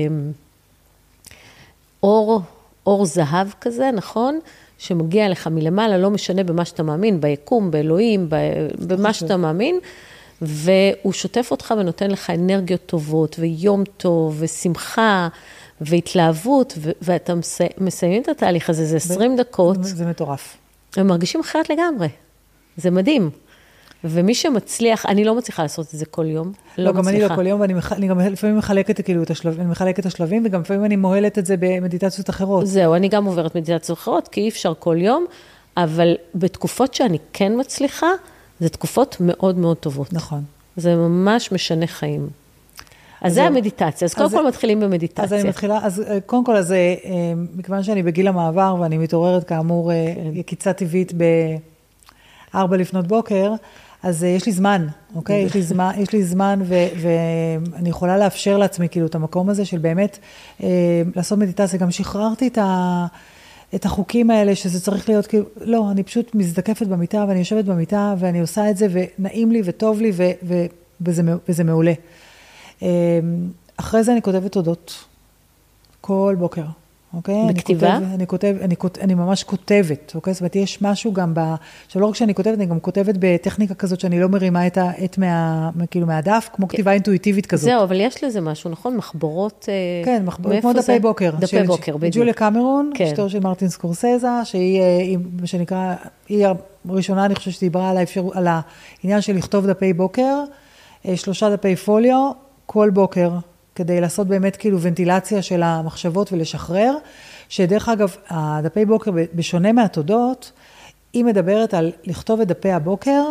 B: אור זהב כזה, נכון? שמגיע לך מלמעלה, לא משנה במה שאתה מאמין, ביקום, באלוהים, במה שאתה מאמין, והוא שוטף אותך ונותן לך אנרגיות טובות, ויום טוב, ושמחה, והתלהבות, ואתה מסיים את התהליך הזה, זה 20 דקות.
A: זה מטורף.
B: הם מרגישים אחרת לגמרי. זה מדהים. ומי שמצליח, אני לא מצליחה לעשות את זה כל יום.
A: לא, גם אני לא כל יום, ואני גם לפעמים מחלקת כאילו את השלבים, וגם לפעמים אני מוהלת את זה במדיטציות אחרות.
B: זהו, אני גם עוברת מדיטציות אחרות, כי אי אפשר כל יום, אבל בתקופות שאני כן מצליחה, זה תקופות מאוד מאוד טובות.
A: נכון.
B: זה ממש משנה חיים. אז זה המדיטציה, אז קודם כל מתחילים במדיטציה.
A: אז אני מתחילה, אז קודם כל, אז מכיוון שאני בגיל המעבר, ואני מתעוררת כאמור יקיצה טבעית ב-4 לפנות בוקר, אז יש לי זמן, אוקיי? יש לי זמן, ואני יכולה לאפשר לעצמי כאילו את המקום הזה של באמת לעשות מדיטציה. גם שחררתי את החוקים האלה, שזה צריך להיות כאילו, לא, אני פשוט מזדקפת במיטה, ואני יושבת במיטה, ואני עושה את זה, ונעים לי וטוב לי, וזה מעולה. אחרי זה אני כותבת תודות, כל בוקר, אוקיי?
B: בכתיבה?
A: אני ממש כותבת, אוקיי? זאת אומרת, יש משהו גם שלא רק שאני כותבת, אני גם כותבת בטכניקה כזאת, שאני לא מרימה את העט כאילו מהדף, כמו כתיבה אינטואיטיבית כזאת.
B: זהו, אבל יש לזה משהו, נכון? מחברות...
A: כן, מחברות, כמו דפי בוקר.
B: דפי בוקר, בדיוק.
A: ג'וליה קמרון, אשתו של מרטין סקורסזה, שהיא, מה שנקרא, היא הראשונה, אני חושבת שדיברה על העניין של לכתוב דפי בוקר, 3 דפי פוליו, כל בוקר, כדי לעשות באמת כאילו ונטילציה של המחשבות ולשחרר, שדרך אגב, הדפי בוקר, בשונה מהתודות, היא מדברת על לכתוב את דפי הבוקר,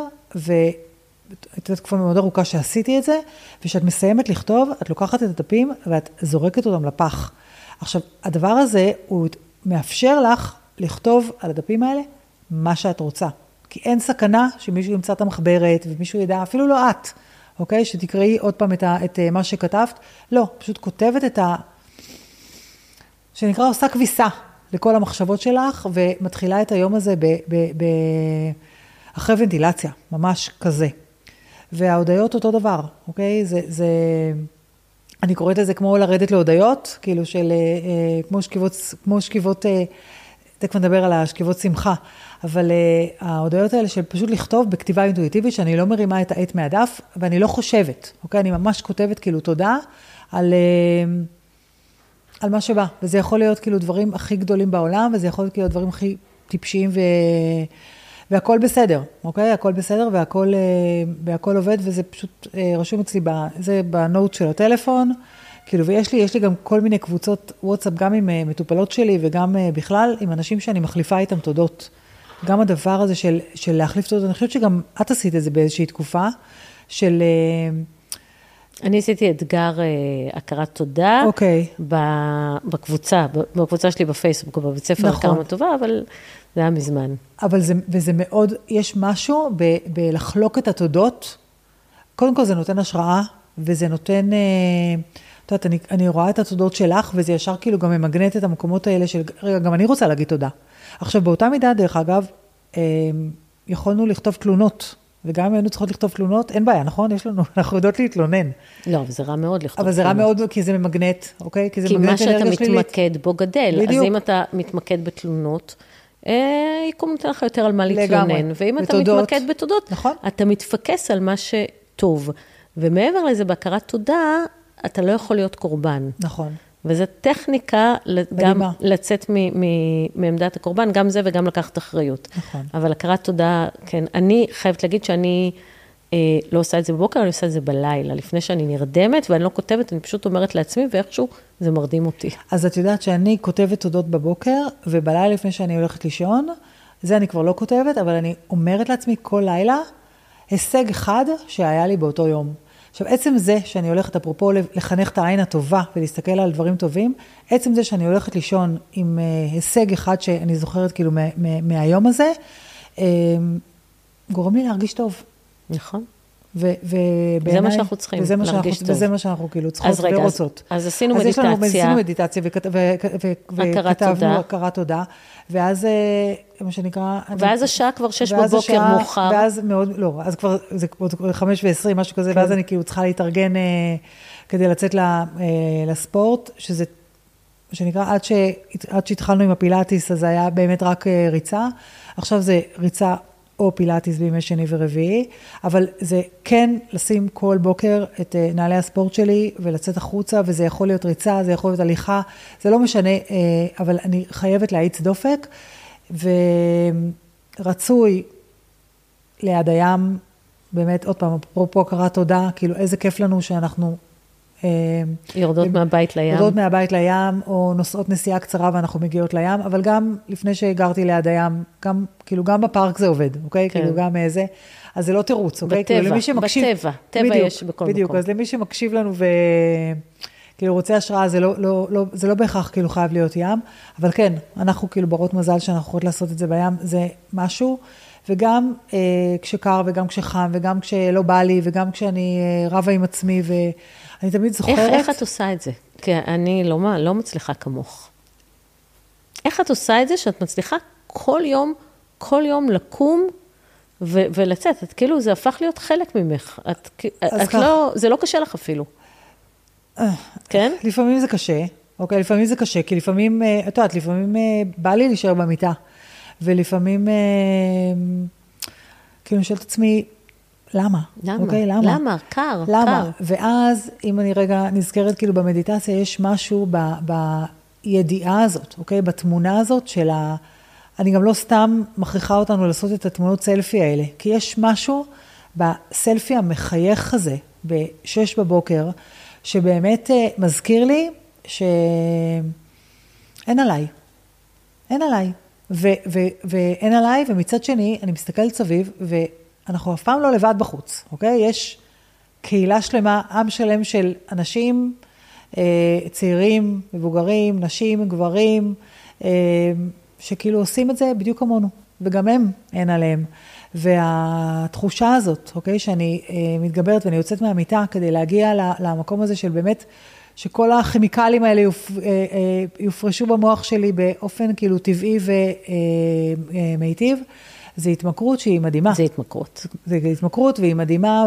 A: והייתה תקופה מאוד ארוכה שעשיתי את זה, ושאת מסיימת לכתוב, את לוקחת את הדפים, ואת זורקת אותם לפח. עכשיו, הדבר הזה, הוא מאפשר לך לכתוב על הדפים האלה, מה שאת רוצה. כי אין סכנה שמישהו ימצא את המחברת, ומישהו ידע, אפילו לא את, אוקיי? שתקראי עוד פעם את מה שכתבת. לא, פשוט כותבת שנקרא עושה כביסה לכל המחשבות שלך, ומתחילה את היום הזה אחרי ונטילציה, ממש כזה. וההודעות אותו דבר, אוקיי? אני קוראת את זה כמו לרדת להודעות, כאילו כמו שכיבות, תכף נדבר על השכיבות שמחה, אבל ההודעות האלה של פשוט לכתוב בכתיבה אינטואיטיבית, שאני לא מרימה את העט מהדף, ואני לא חושבת, אוקיי? אני ממש כותבת כאילו תודה על מה שבא, וזה יכול להיות כאילו דברים הכי גדולים בעולם, וזה יכול להיות כאילו דברים הכי טיפשיים והכל בסדר, אוקיי? הכל בסדר והכל עובד, וזה פשוט רשום אצלי, זה בנוט של הטלפון, כאילו, ויש לי גם כל מיני קבוצות וואטסאפ, גם עם מטופלות שלי, וגם בכלל עם אנשים שאני מחליפה איתם תודות. גם הדבר הזה של להחליף תודות, אני חושבת שגם את עשית את זה באיזושהי תקופה, של...
B: אני עשיתי אתגר הכרת תודה, בקבוצה שלי בפייסבוק, בבית ספר קרמה טובה, אבל זה היה מזמן.
A: וזה מאוד, יש משהו בלחלוק את התודות, קודם כל זה נותן השראה, וזה נותן, את יודעת, אני רואה את התודות שלך, וזה ישר כאילו גם ממגנט את המקומות האלה של, רגע, גם אני רוצה להגיד תודה. עכשיו, באותה מידה, דרך אגב, יכולנו לכתוב תלונות, וגם אם היינו צריכות לכתוב תלונות, אין בעיה, נכון? אנחנו יודעות להתלונן.
B: לא, אבל זה רע מאוד לכתוב
A: תלונות. אבל זה רע מאוד, כי זה ממגנט, אוקיי?
B: כי מה שאתה מתמקד בו גדל. בדיוק. אז אם אתה מתמקד בתלונות, יקום נותן לך יותר על מה להתלונן. ואם אתה מתמקד בתודות, נכון? אתה מתפקס על מה שטוב. ומעבר לזה, בהכרת תודה, אתה לא יכול להיות קורבן.
A: נכון.
B: וזו טכניקה גם לצאת מעמדת הקורבן, גם זה וגם לקחת אחריות.
A: נכון.
B: אבל הכרת תודה, כן, אני חייבת להגיד שאני לא עושה את זה בבוקר, אני עושה את זה בלילה, לפני שאני נרדמת, ואני לא כותבת, אני פשוט אומרת לעצמי, ואיכשהו זה מרדים אותי.
A: אז את יודעת שאני כותבת תודות בבוקר, ובלילה לפני שאני הולכת לישון, זה אני כבר לא כותבת, אבל אני אומרת לעצמי כל לילה, הישג אחד שהיה לי באותו יום. עכשיו, עצם זה שאני הולכת, אפרופו לחנך את העין הטובה, ולהסתכל על דברים טובים, עצם זה שאני הולכת לישון עם הישג אחד שאני זוכרת כאילו מהיום הזה, גורם לי להרגיש טוב.
B: נכון.
A: זה
B: מה שאנחנו צריכים, להרגיש טוב.
A: וזה מה שאנחנו כאילו צריכות ורוצות.
B: אז עשינו מדיטציה.
A: אז עשינו מדיטציה, וכתבנו הכרת תודה, ואז, מה שנקרא...
B: ואז השעה כבר 6 בבוקר מאוחר.
A: ואז מאוד, לא, אז כבר, זה 5:20, משהו כזה, ואז אני כאילו צריכה להתארגן כדי לצאת לספורט, שזה, מה שנקרא, עד שהתחלנו עם הפילאטיס, אז זה היה באמת רק ריצה. עכשיו זה ריצה או פילאטיס בימי שני ורביעי, אבל זה כן לשים כל בוקר את נעלי הספורט שלי ולצאת החוצה, וזה יכול להיות ריצה, זה יכול להיות הליכה, זה לא משנה, אבל אני חייבת להאיץ דופק, ורצוי ליד הים, באמת עוד פעם, אפרופו הכרת תודה, כאילו איזה כיף לנו שאנחנו...
B: יורדות מהבית לים.
A: יורדות מהבית לים, או נוסעות נסיעה קצרה ואנחנו מגיעות לים, אבל גם לפני שהגרתי ליד הים, כאילו גם בפארק זה עובד, אוקיי?
B: כן.
A: כאילו גם איזה, אז זה לא תירוץ, אוקיי?
B: בטבע,
A: כאילו למי שמקשיב,
B: טבע
A: בדיוק,
B: יש בכל
A: בדיוק,
B: מקום.
A: אז למי שמקשיב לנו וכאילו רוצה השראה, זה לא בהכרח כאילו חייב להיות ים, אבל כן, אנחנו כאילו ברות מזל שאנחנו יכולות לעשות את זה בים, זה משהו, וגם כשקר וגם כשחם, וגם כשלא בא לי, וגם כשאני רבה עם עצמי, אני תמיד זוכרת...
B: איך את עושה את זה? כי אני לא מצליחה כמוך. איך את עושה את זה שאת מצליחה כל יום לקום ולצאת? את כאילו, זה הפך להיות חלק ממך. זה לא קשה לך אפילו. כן?
A: לפעמים זה קשה, אוקיי? לפעמים זה קשה, כי לפעמים, את יודעת, לפעמים בא לי להישאר במיטה, ולפעמים, כאילו אני שואלת עצמי, למה? אוקיי, למה?
B: למה? קר.
A: למה? ואז, אם אני רגע נזכרת, כאילו במדיטציה, יש משהו בידיעה הזאת, אוקיי? בתמונה הזאת של אני גם לא סתם מכריחה אותנו לעשות את התמונות סלפי האלה, כי יש משהו בסלפי המחייך הזה, ב-6 בבוקר, שבאמת מזכיר לי שאין עליי. אין עליי. ואין עליי, ומצד שני, אני מסתכלת סביב, אנחנו אף פעם לא לבד בחוץ, אוקיי? יש קהילה שלמה, עם שלם של אנשים, צעירים, מבוגרים, נשים, גברים, שכאילו עושים את זה בדיוק כמונו, וגם הם אין עליהם. והתחושה הזאת, אוקיי, שאני מתגברת ואני יוצאת מהמיטה כדי להגיע למקום הזה של באמת, שכל הכימיקלים האלה יופרשו במוח שלי באופן כאילו טבעי ומיטיב, זה התמכרות שהיא מדהימה.
B: זה התמכרות.
A: זה התמכרות והיא מדהימה,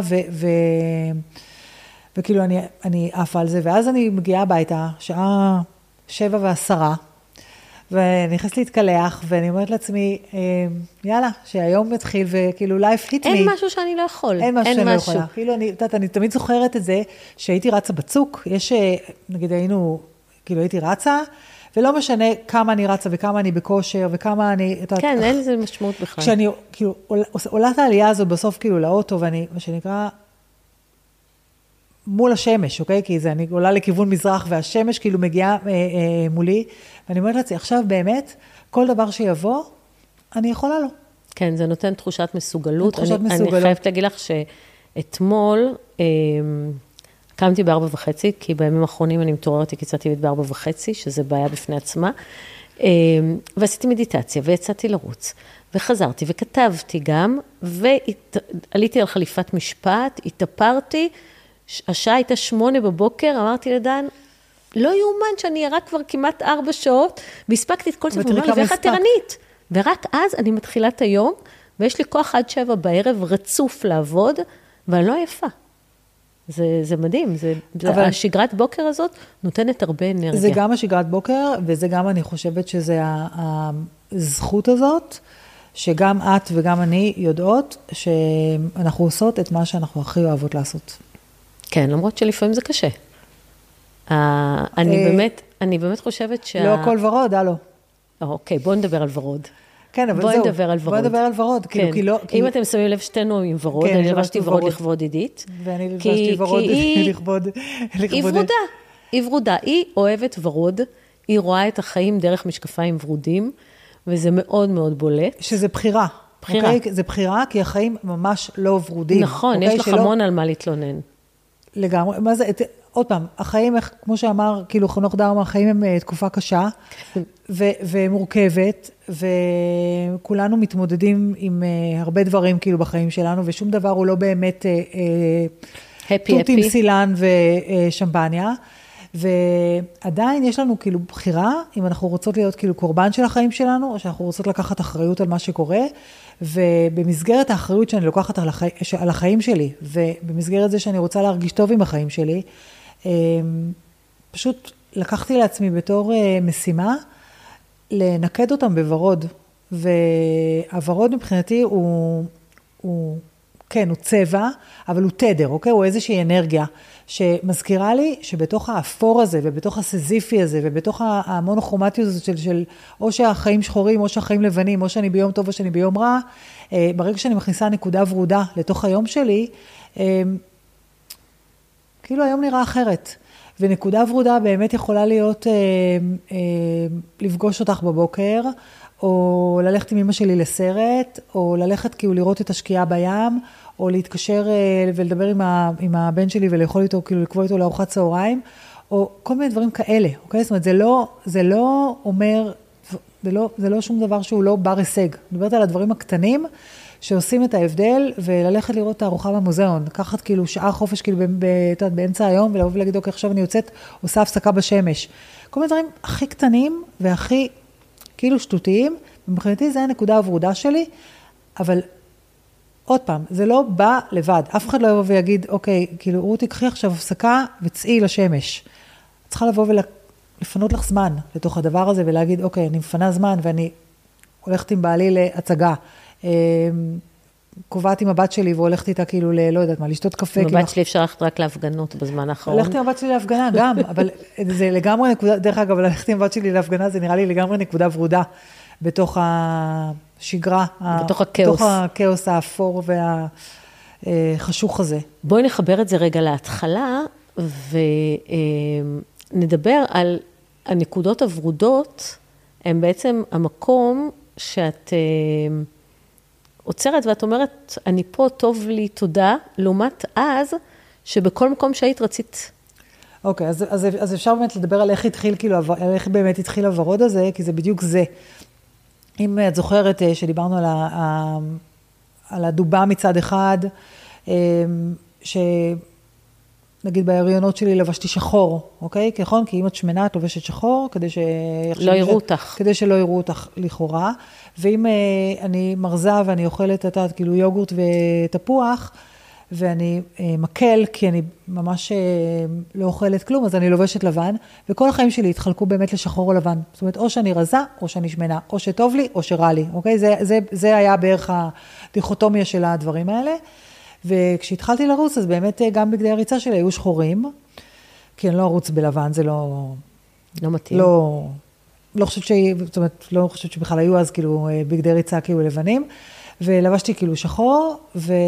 A: וכאילו אני עפה על זה, ואז אני מגיעה הביתה, שעה 7:10, ונכנס להתקלח, ואני אומרת לעצמי, יאללה, שהיום מתחיל, וכאילו life hit me.
B: אין משהו שאני לא יכול.
A: אין משהו שאני לא יכולה. כאילו, אני תמיד זוכרת את זה, שהייתי רצה בצוק, נגיד הייתי רצה, ולא משנה כמה אני רצה, וכמה אני בכושר, וכמה אני...
B: כן, אין לזה משמעות בכלל.
A: כשאני, כאילו, עולה את העלייה הזו בסוף, כאילו, לאוטו, ואני, מה שנקרא, מול השמש, אוקיי? כי אני עולה לכיוון מזרח, והשמש כאילו מגיעה מולי, ואני אומרת לעצמי, עכשיו באמת, כל דבר שיבוא, אני יכולה לו.
B: כן, זה נותן תחושת מסוגלות. אני חייבת להגיד לך שאתמול, קמתי ב4:30, כי בימים האחרונים אני מתעוררת, יצאתי ב4:30, שזה בעיה בפני עצמה, ועשיתי מדיטציה, ויצאתי לרוץ, וחזרתי, וכתבתי גם, ועליתי על חליפת משפט, התאפרתי, השעה הייתה 8 בבוקר, אמרתי לדן, לא יאומן שאני אראה כבר כמעט 4 שעות, והספקתי את כל זה, ואומר לי, ואיך את תרנית? ורק אז אני מתחילה את היום, ויש לי כוח עד 7 בערב, רצוף לעבוד, ואני לא עייפה. זה מדהים, השגרת בוקר הזאת נותנת הרבה אנרגיה.
A: זה גם השגרת בוקר, וזה גם אני חושבת שזה הזכות הזאת, שגם את וגם אני יודעות, שאנחנו עושות את מה שאנחנו הכי אוהבות לעשות.
B: כן, למרות שלפעמים זה קשה. אני באמת חושבת
A: לא הכל ורוד, הלו.
B: אוקיי, בואו נדבר על ורוד.
A: כן, אבל
B: בואי נדבר על ורוד.
A: בואי נדבר על ורוד.
B: כן. אם אתם שמים לב שתינו עם ורוד, אני לבשתי ורוד לכבוד עידית.
A: ואני לבשתי ורוד לכבוד...
B: היא ורודה. היא ורודה. היא אוהבת ורוד, היא רואה את החיים דרך משקפיים ורודים, וזה מאוד מאוד בולט.
A: שזה בחירה.
B: בחירה.
A: זה בחירה, כי החיים ממש לא ורודים.
B: נכון, יש לך המון על מה להתלונן.
A: לגמרי. מה זה, עוד פעם, החיים, כמו שאמר, כאילו חנוך דארמה, החיים הם תקופה קשה, ומורכבת, וכולנו מתמודדים עם הרבה דברים כאילו בחיים שלנו, ושום דבר הוא לא באמת תות עם סילן ושמפניה, ועדיין יש לנו כאילו בחירה, אם אנחנו רוצות להיות כאילו קורבן של החיים שלנו, או שאנחנו רוצות לקחת אחריות על מה שקורה, ובמסגרת האחריות שאני לוקחת על החיים שלי, ובמסגרת זה שאני רוצה להרגיש טוב עם החיים שלי, פשוט לקחתי לעצמי בתור משימה, לנקד אותם בוורוד, והוורוד מבחינתי הוא כן, הוא צבע, אבל הוא תדר, אוקיי? הוא איזושהי אנרגיה, שמזכירה לי שבתוך האפור הזה, ובתוך הסזיפי הזה, ובתוך המונוכרומטיות הזאת של או שהחיים שחורים, או שהחיים לבנים, או שאני ביום טוב, או שאני ביום רע, ברגע שאני מכניסה נקודה ורודה לתוך היום שלי, כאילו היום נראה אחרת. ונקודה ורודה באמת יכולה להיות לפגוש אותך בבוקר, או ללכת עם אמא שלי לסרט, או ללכת כאילו לראות את השקיעה בים, או להתקשר ולדבר עם הבן שלי ולאכול איתו, כאילו לקבוע איתו לארוחת צהריים, או כל מיני דברים כאלה, אוקיי? זאת אומרת, זה לא אומר, זה לא שום דבר שהוא לא בר הישג. אני מדברת על הדברים הקטנים, שעושים את ההבדל, וללכת לראות את הארוחה במוזיאון, לקחת כאילו שעה חופש כאילו באמצע היום, ולבוא ולהגיד, אוקיי, עכשיו אני יוצאת, עושה הפסקה בשמש. כל מיני דברים הכי קטנים, והכי כאילו שטותיים, ומבחינתי זה הנקודה הוורודה שלי, אבל עוד פעם, זה לא בא לבד, אף אחד לא יבוא ויגיד, אוקיי, כאילו, רותי, קחי עכשיו הפסקה, וצאי לשמש. צריכה לבוא ולפנות לך זמן לתוך הדבר הזה, ולהגיד, אוקיי, אני מפנה זמן, ואני הולכת עם בעלי להצגה, קובעת עם הבת שלי, והולכת איתה כאילו, לא יודעת מה, לשתות קפה.
B: עם הבת שלי אפשר ללכת רק להפגנות בזמן האחרון.
A: הולכת עם הבת שלי להפגנה גם, אבל זה לגמרי נקודה, דרך אגב, ללכת עם הבת שלי להפגנה, זה נראה לי לגמרי נקודה ורודה, בתוך השגרה,
B: בתוך הכאוס.
A: בתוך הכאוס האפור והחשוך הזה.
B: בואי נחבר את זה רגע להתחלה, ונדבר על הנקודות הוורודות, הן בעצם המקום שאת עוצרת ואת אומרת, אני פה, טוב לי, תודה, לעומת אז, שבכל מקום שהיית רצית.
A: אוקיי, אז אפשר באמת לדבר על איך התחיל, כאילו, איך באמת התחיל הוורוד הזה, כי זה בדיוק זה. אם את זוכרת שדיברנו על הדובה מצד אחד, נגיד בהריונות שלי לבשתי שחור, אוקיי? כיכון, כי אם את שמנה, את לובשת שחור, כדי
B: לא יראו אותך.
A: כדי שלא יראו אותך לכאורה. ואם אני מרזה ואני אוכלת את כאילו יוגורט ותפוח, ואני מקל, כי אני ממש לא אוכלת כלום, אז אני לובשת לבן, וכל החיים שלי התחלקו באמת לשחור או לבן. זאת אומרת, או שאני רזה, או שאני שמנה, או שטוב לי, או שרע לי, אוקיי? זה היה בערך הדיכוטומיה של הדברים האלה. וכשהתחלתי לרוץ, אז באמת גם בגדי הריצה שלי היו שחורים, כי אני לא ארוץ בלבן, זה לא
B: מתאים.
A: לא חושבת שבכלל היו אז כאילו בגדי ריצה כאילו לבנים, ולבשתי כאילו שחור,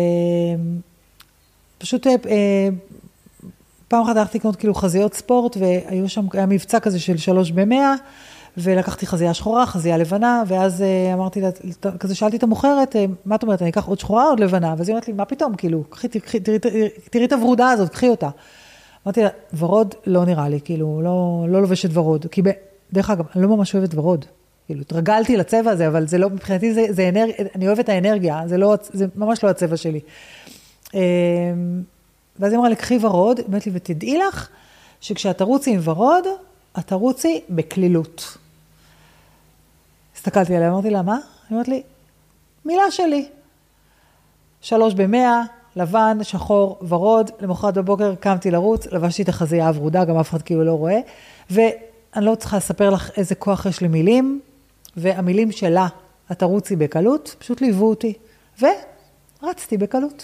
A: ופשוט פעם אחת הלכתי לקנות כאילו חזיות ספורט, והיו שם, היה מבצע כזה של 3 ב-100, ולקחתי חזייה שחורה, חזייה לבנה, ואז אמרתי לה, כזה שאלתי את המוכרת, מה את אומרת, אני אקח עוד שחורה או עוד לבנה? ואז היא אומרת לי, מה פתאום, כאילו, תראי את הוורודה הזאת, קחי אותה. אמרתי לה, ורוד לא נראה לי, כאילו, לא לובשת ורוד, כי דרך אגב, אני לא ממש אוהבת ורוד, כאילו, התרגלתי לצבע הזה, אבל זה לא, מבחינתי זה אנרגיה, אני אוהבת האנרגיה, זה ממש לא הצבע שלי. ואז היא אמרה לי, קחי ורוד, אמרת לי, ותדעי לך, שכשאת תרוצי עם ורוד, את תרוצי בכלילות. הסתכלתי עליה, אמרתי לה, מה? היא אמרת לי, מילה שלי. 3 ב-100, לבן, שחור, ורוד, למחרת בבוקר קמתי לרוץ, לבשתי את החזייה הוורודה, גם אף אחד כאילו לא רואה, ואני לא צריכה לספר לך איזה כוח יש לי מילים, והמילים שלה, את תרוצי בקלות, פשוט ליוו אותי, ורצתי בקלות.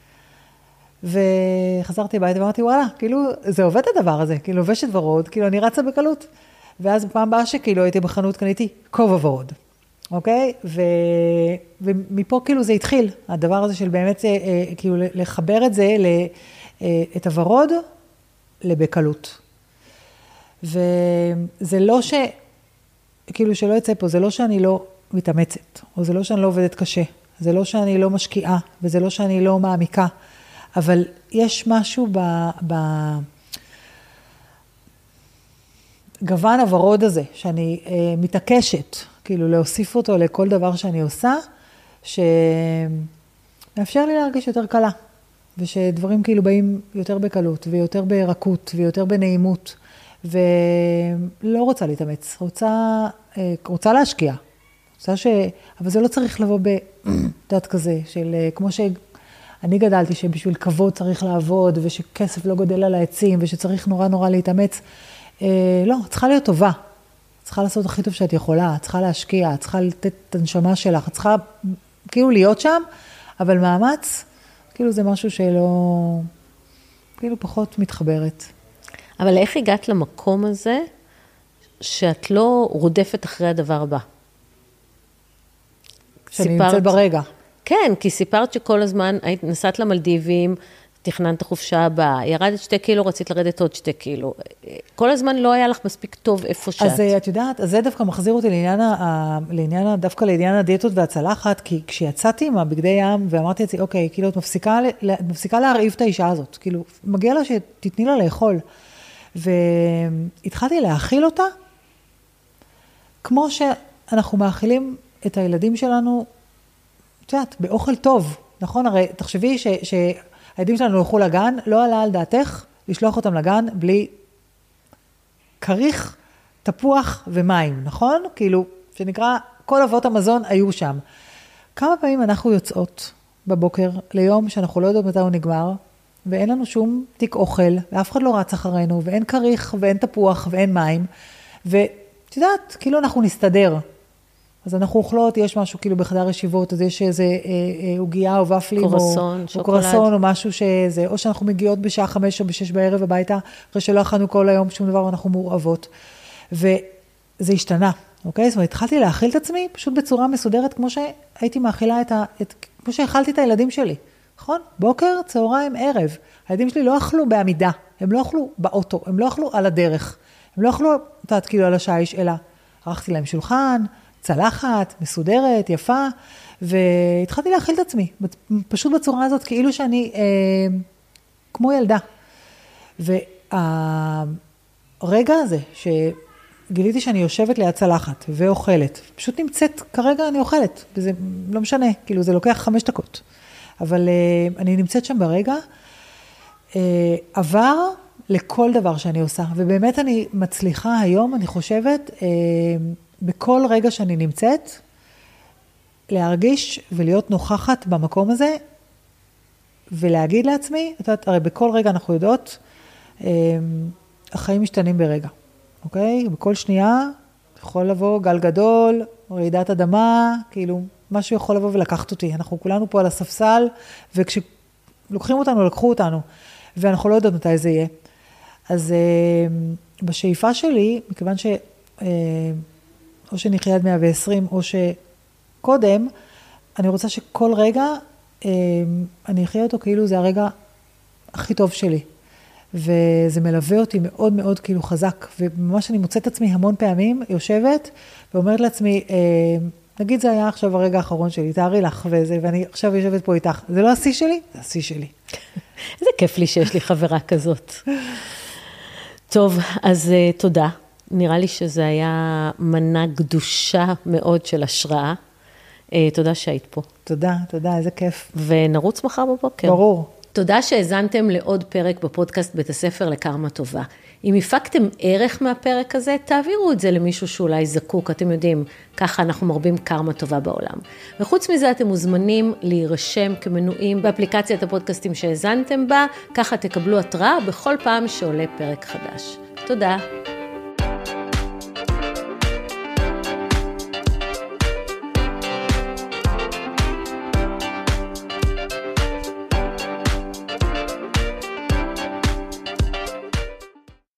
A: וחזרתי בית ואמרתי, וואלה, כאילו, זה עובד הדבר הזה, כאילו, לובשת ורוד, כאילו, אני רצה בקלות. ואז בפעם הבאה שכאילו הייתי בחנות, קניתי כובע ורוד. אוקיי? ומפה כאילו זה התחיל, הדבר הזה של באמת כאילו לחבר את זה, את הוורוד לבקלות. וזה לא כאילו שלא יצא פה, זה לא שאני לא מתאמצת, או זה לא שאני לא עובדת קשה, זה לא שאני לא משקיעה, וזה לא שאני לא מעמיקה, אבל יש משהו גוון הוורוד הזה, שאני מתעקשת, כאילו להוסיף אותו לכל דבר שאני עושה, שמאפשר לי להרגיש יותר קלה, ושדברים כאילו באים יותר בקלות, ויותר בערכות, ויותר בנעימות, ולא רוצה להתאמץ, רוצה להשקיע, אבל זה לא צריך לבוא בדעת כזה, של כמו שאני גדלתי, שבשביל כבוד צריך לעבוד, ושכסף לא גודל על העצים, ושצריך נורא נורא להתאמץ, לא, צריכה להיות טובה, צריכה לעשות הכי טוב שאת יכולה, צריכה להשקיע, צריכה לתת את הנשמה שלך, צריכה כאילו להיות שם, אבל מאמץ, כאילו זה משהו שלא, כאילו פחות מתחברת.
B: אבל איך הגעת למקום הזה, שאת לא רודפת אחרי הדבר הבא?
A: שאני נמצאת ברגע.
B: כן, כי סיפרת שכל הזמן היית נסעת למלדיבים, תכננת חופשה הבאה, ירדת 2 קילו, רצית לרדת עוד 2 קילו. כל הזמן לא היה לך מספיק טוב איפה שאת.
A: אז את יודעת, אז זה דווקא מחזיר אותי דווקא לעניין הדיאטות והצלחת, כי כשיצאתי עם הבגדי ים, ואמרתי לעצמי, אוקיי, כאילו את מפסיקה להרעיב את האישה הזאת, כאילו, מגיע לה שתתני לה לאכול. והתחלתי להאכיל אותה, כמו שאנחנו מאכילים את הילדים שלנו, את יודעת, באוכל טוב, נכון? הרי תחשבי שהילדים שלנו הולכו לגן, לא עלה על דעתך לשלוח אותם לגן בלי כריך, תפוח ומים, נכון? כאילו, שנקרא, כל אבות המזון היו שם. כמה פעמים אנחנו יוצאות בבוקר ליום שאנחנו לא יודעות מתי הוא נגמר, ואין לנו שום תיק אוכל, ואף אחד לא רץ אחרינו, ואין כריך, ואין תפוח, ואין מים, ואת יודעת, כאילו אנחנו נסתדר. אז אנחנו אוכלות, יש משהו כאילו בחדר ישיבות, אז יש איזה עוגיה או ופלים,
B: קורסון,
A: או קורסון, או משהו שזה, או שאנחנו מגיעות בשעה 5 או ב6 בערב הביתה, אחרי שלא אכלנו כל היום שום דבר, ואנחנו מורעבות. וזה השתנה, אוקיי? זאת אומרת, התחלתי להאכיל את עצמי, פשוט בצורה מסודרת, כמו שהייתי מאכילה כמו שהאכלתי את הילדים שלי. נכון? בוקר, צהריים, ערב. הילדים שלי לא אכלו בעמידה, הם לא אכלו באוטו, הם לא אכלו על הדרך, הם לא אכלו, כאילו על השיש, אלא ערכתי להם שולחן, צלחת, מסודרת, יפה, והתחלתי להאכיל את עצמי, פשוט בצורה הזאת, כאילו שאני כמו ילדה. והרגע הזה, שגיליתי שאני יושבת ליד צלחת ואוכלת, פשוט נמצאת, כרגע אני אוכלת, וזה לא משנה, כאילו זה לוקח 5 דקות. אבל אני נמצאת שם ברגע, עבר לכל דבר שאני עושה, ובאמת אני מצליחה היום, אני חושבת, בכל רגע שאני נמצאת, להרגיש ולהיות נוכחת במקום הזה, ולהגיד לעצמי, הרי בכל רגע אנחנו יודעות, החיים משתנים ברגע, אוקיי? בכל שנייה יכול לבוא גל גדול, רעידת אדמה, כאילו, משהו יכול לבוא ולקחת אותי. אנחנו כולנו פה על הספסל, וכשלוקחים אותנו, לקחו אותנו, ואנחנו לא יודעות מתי זה יהיה. אז בשאיפה שלי, מכיוון או שנחיה עד 120, או שקודם, אני רוצה שכל רגע, אני אחיה אותו כאילו זה הרגע הכי טוב שלי. וזה מלווה אותי מאוד מאוד כאילו חזק, וממש אני מוצאת עצמי המון פעמים, יושבת, ואומרת לעצמי, נגיד זה היה עכשיו הרגע האחרון שלי, תארי לך וזה, ואני עכשיו יושבת פה איתך. זה לא השיא שלי? זה השיא שלי.
B: איזה כיף לי שיש לי חברה כזאת. טוב, אז תודה. נראה לי שזה היה מנה גדושה מאוד של השראה. תודה שהיית פה.
A: תודה, תודה, איזה כיף.
B: ונרוץ מחר בבוקר.
A: ברור.
B: תודה שהזנתם לעוד פרק בפודקאסט בית הספר לקרמה טובה. אם הפקתם ערך מהפרק הזה, תעבירו את זה למישהו שאולי זקוק, אתם יודעים, ככה אנחנו מרבים קרמה טובה בעולם. וחוץ מזה אתם מוזמנים להירשם כמנויים באפליקציית הפודקאסטים שהזנתם בה, ככה תקבלו התראה בכל פעם שעולה פרק חדש. תודה.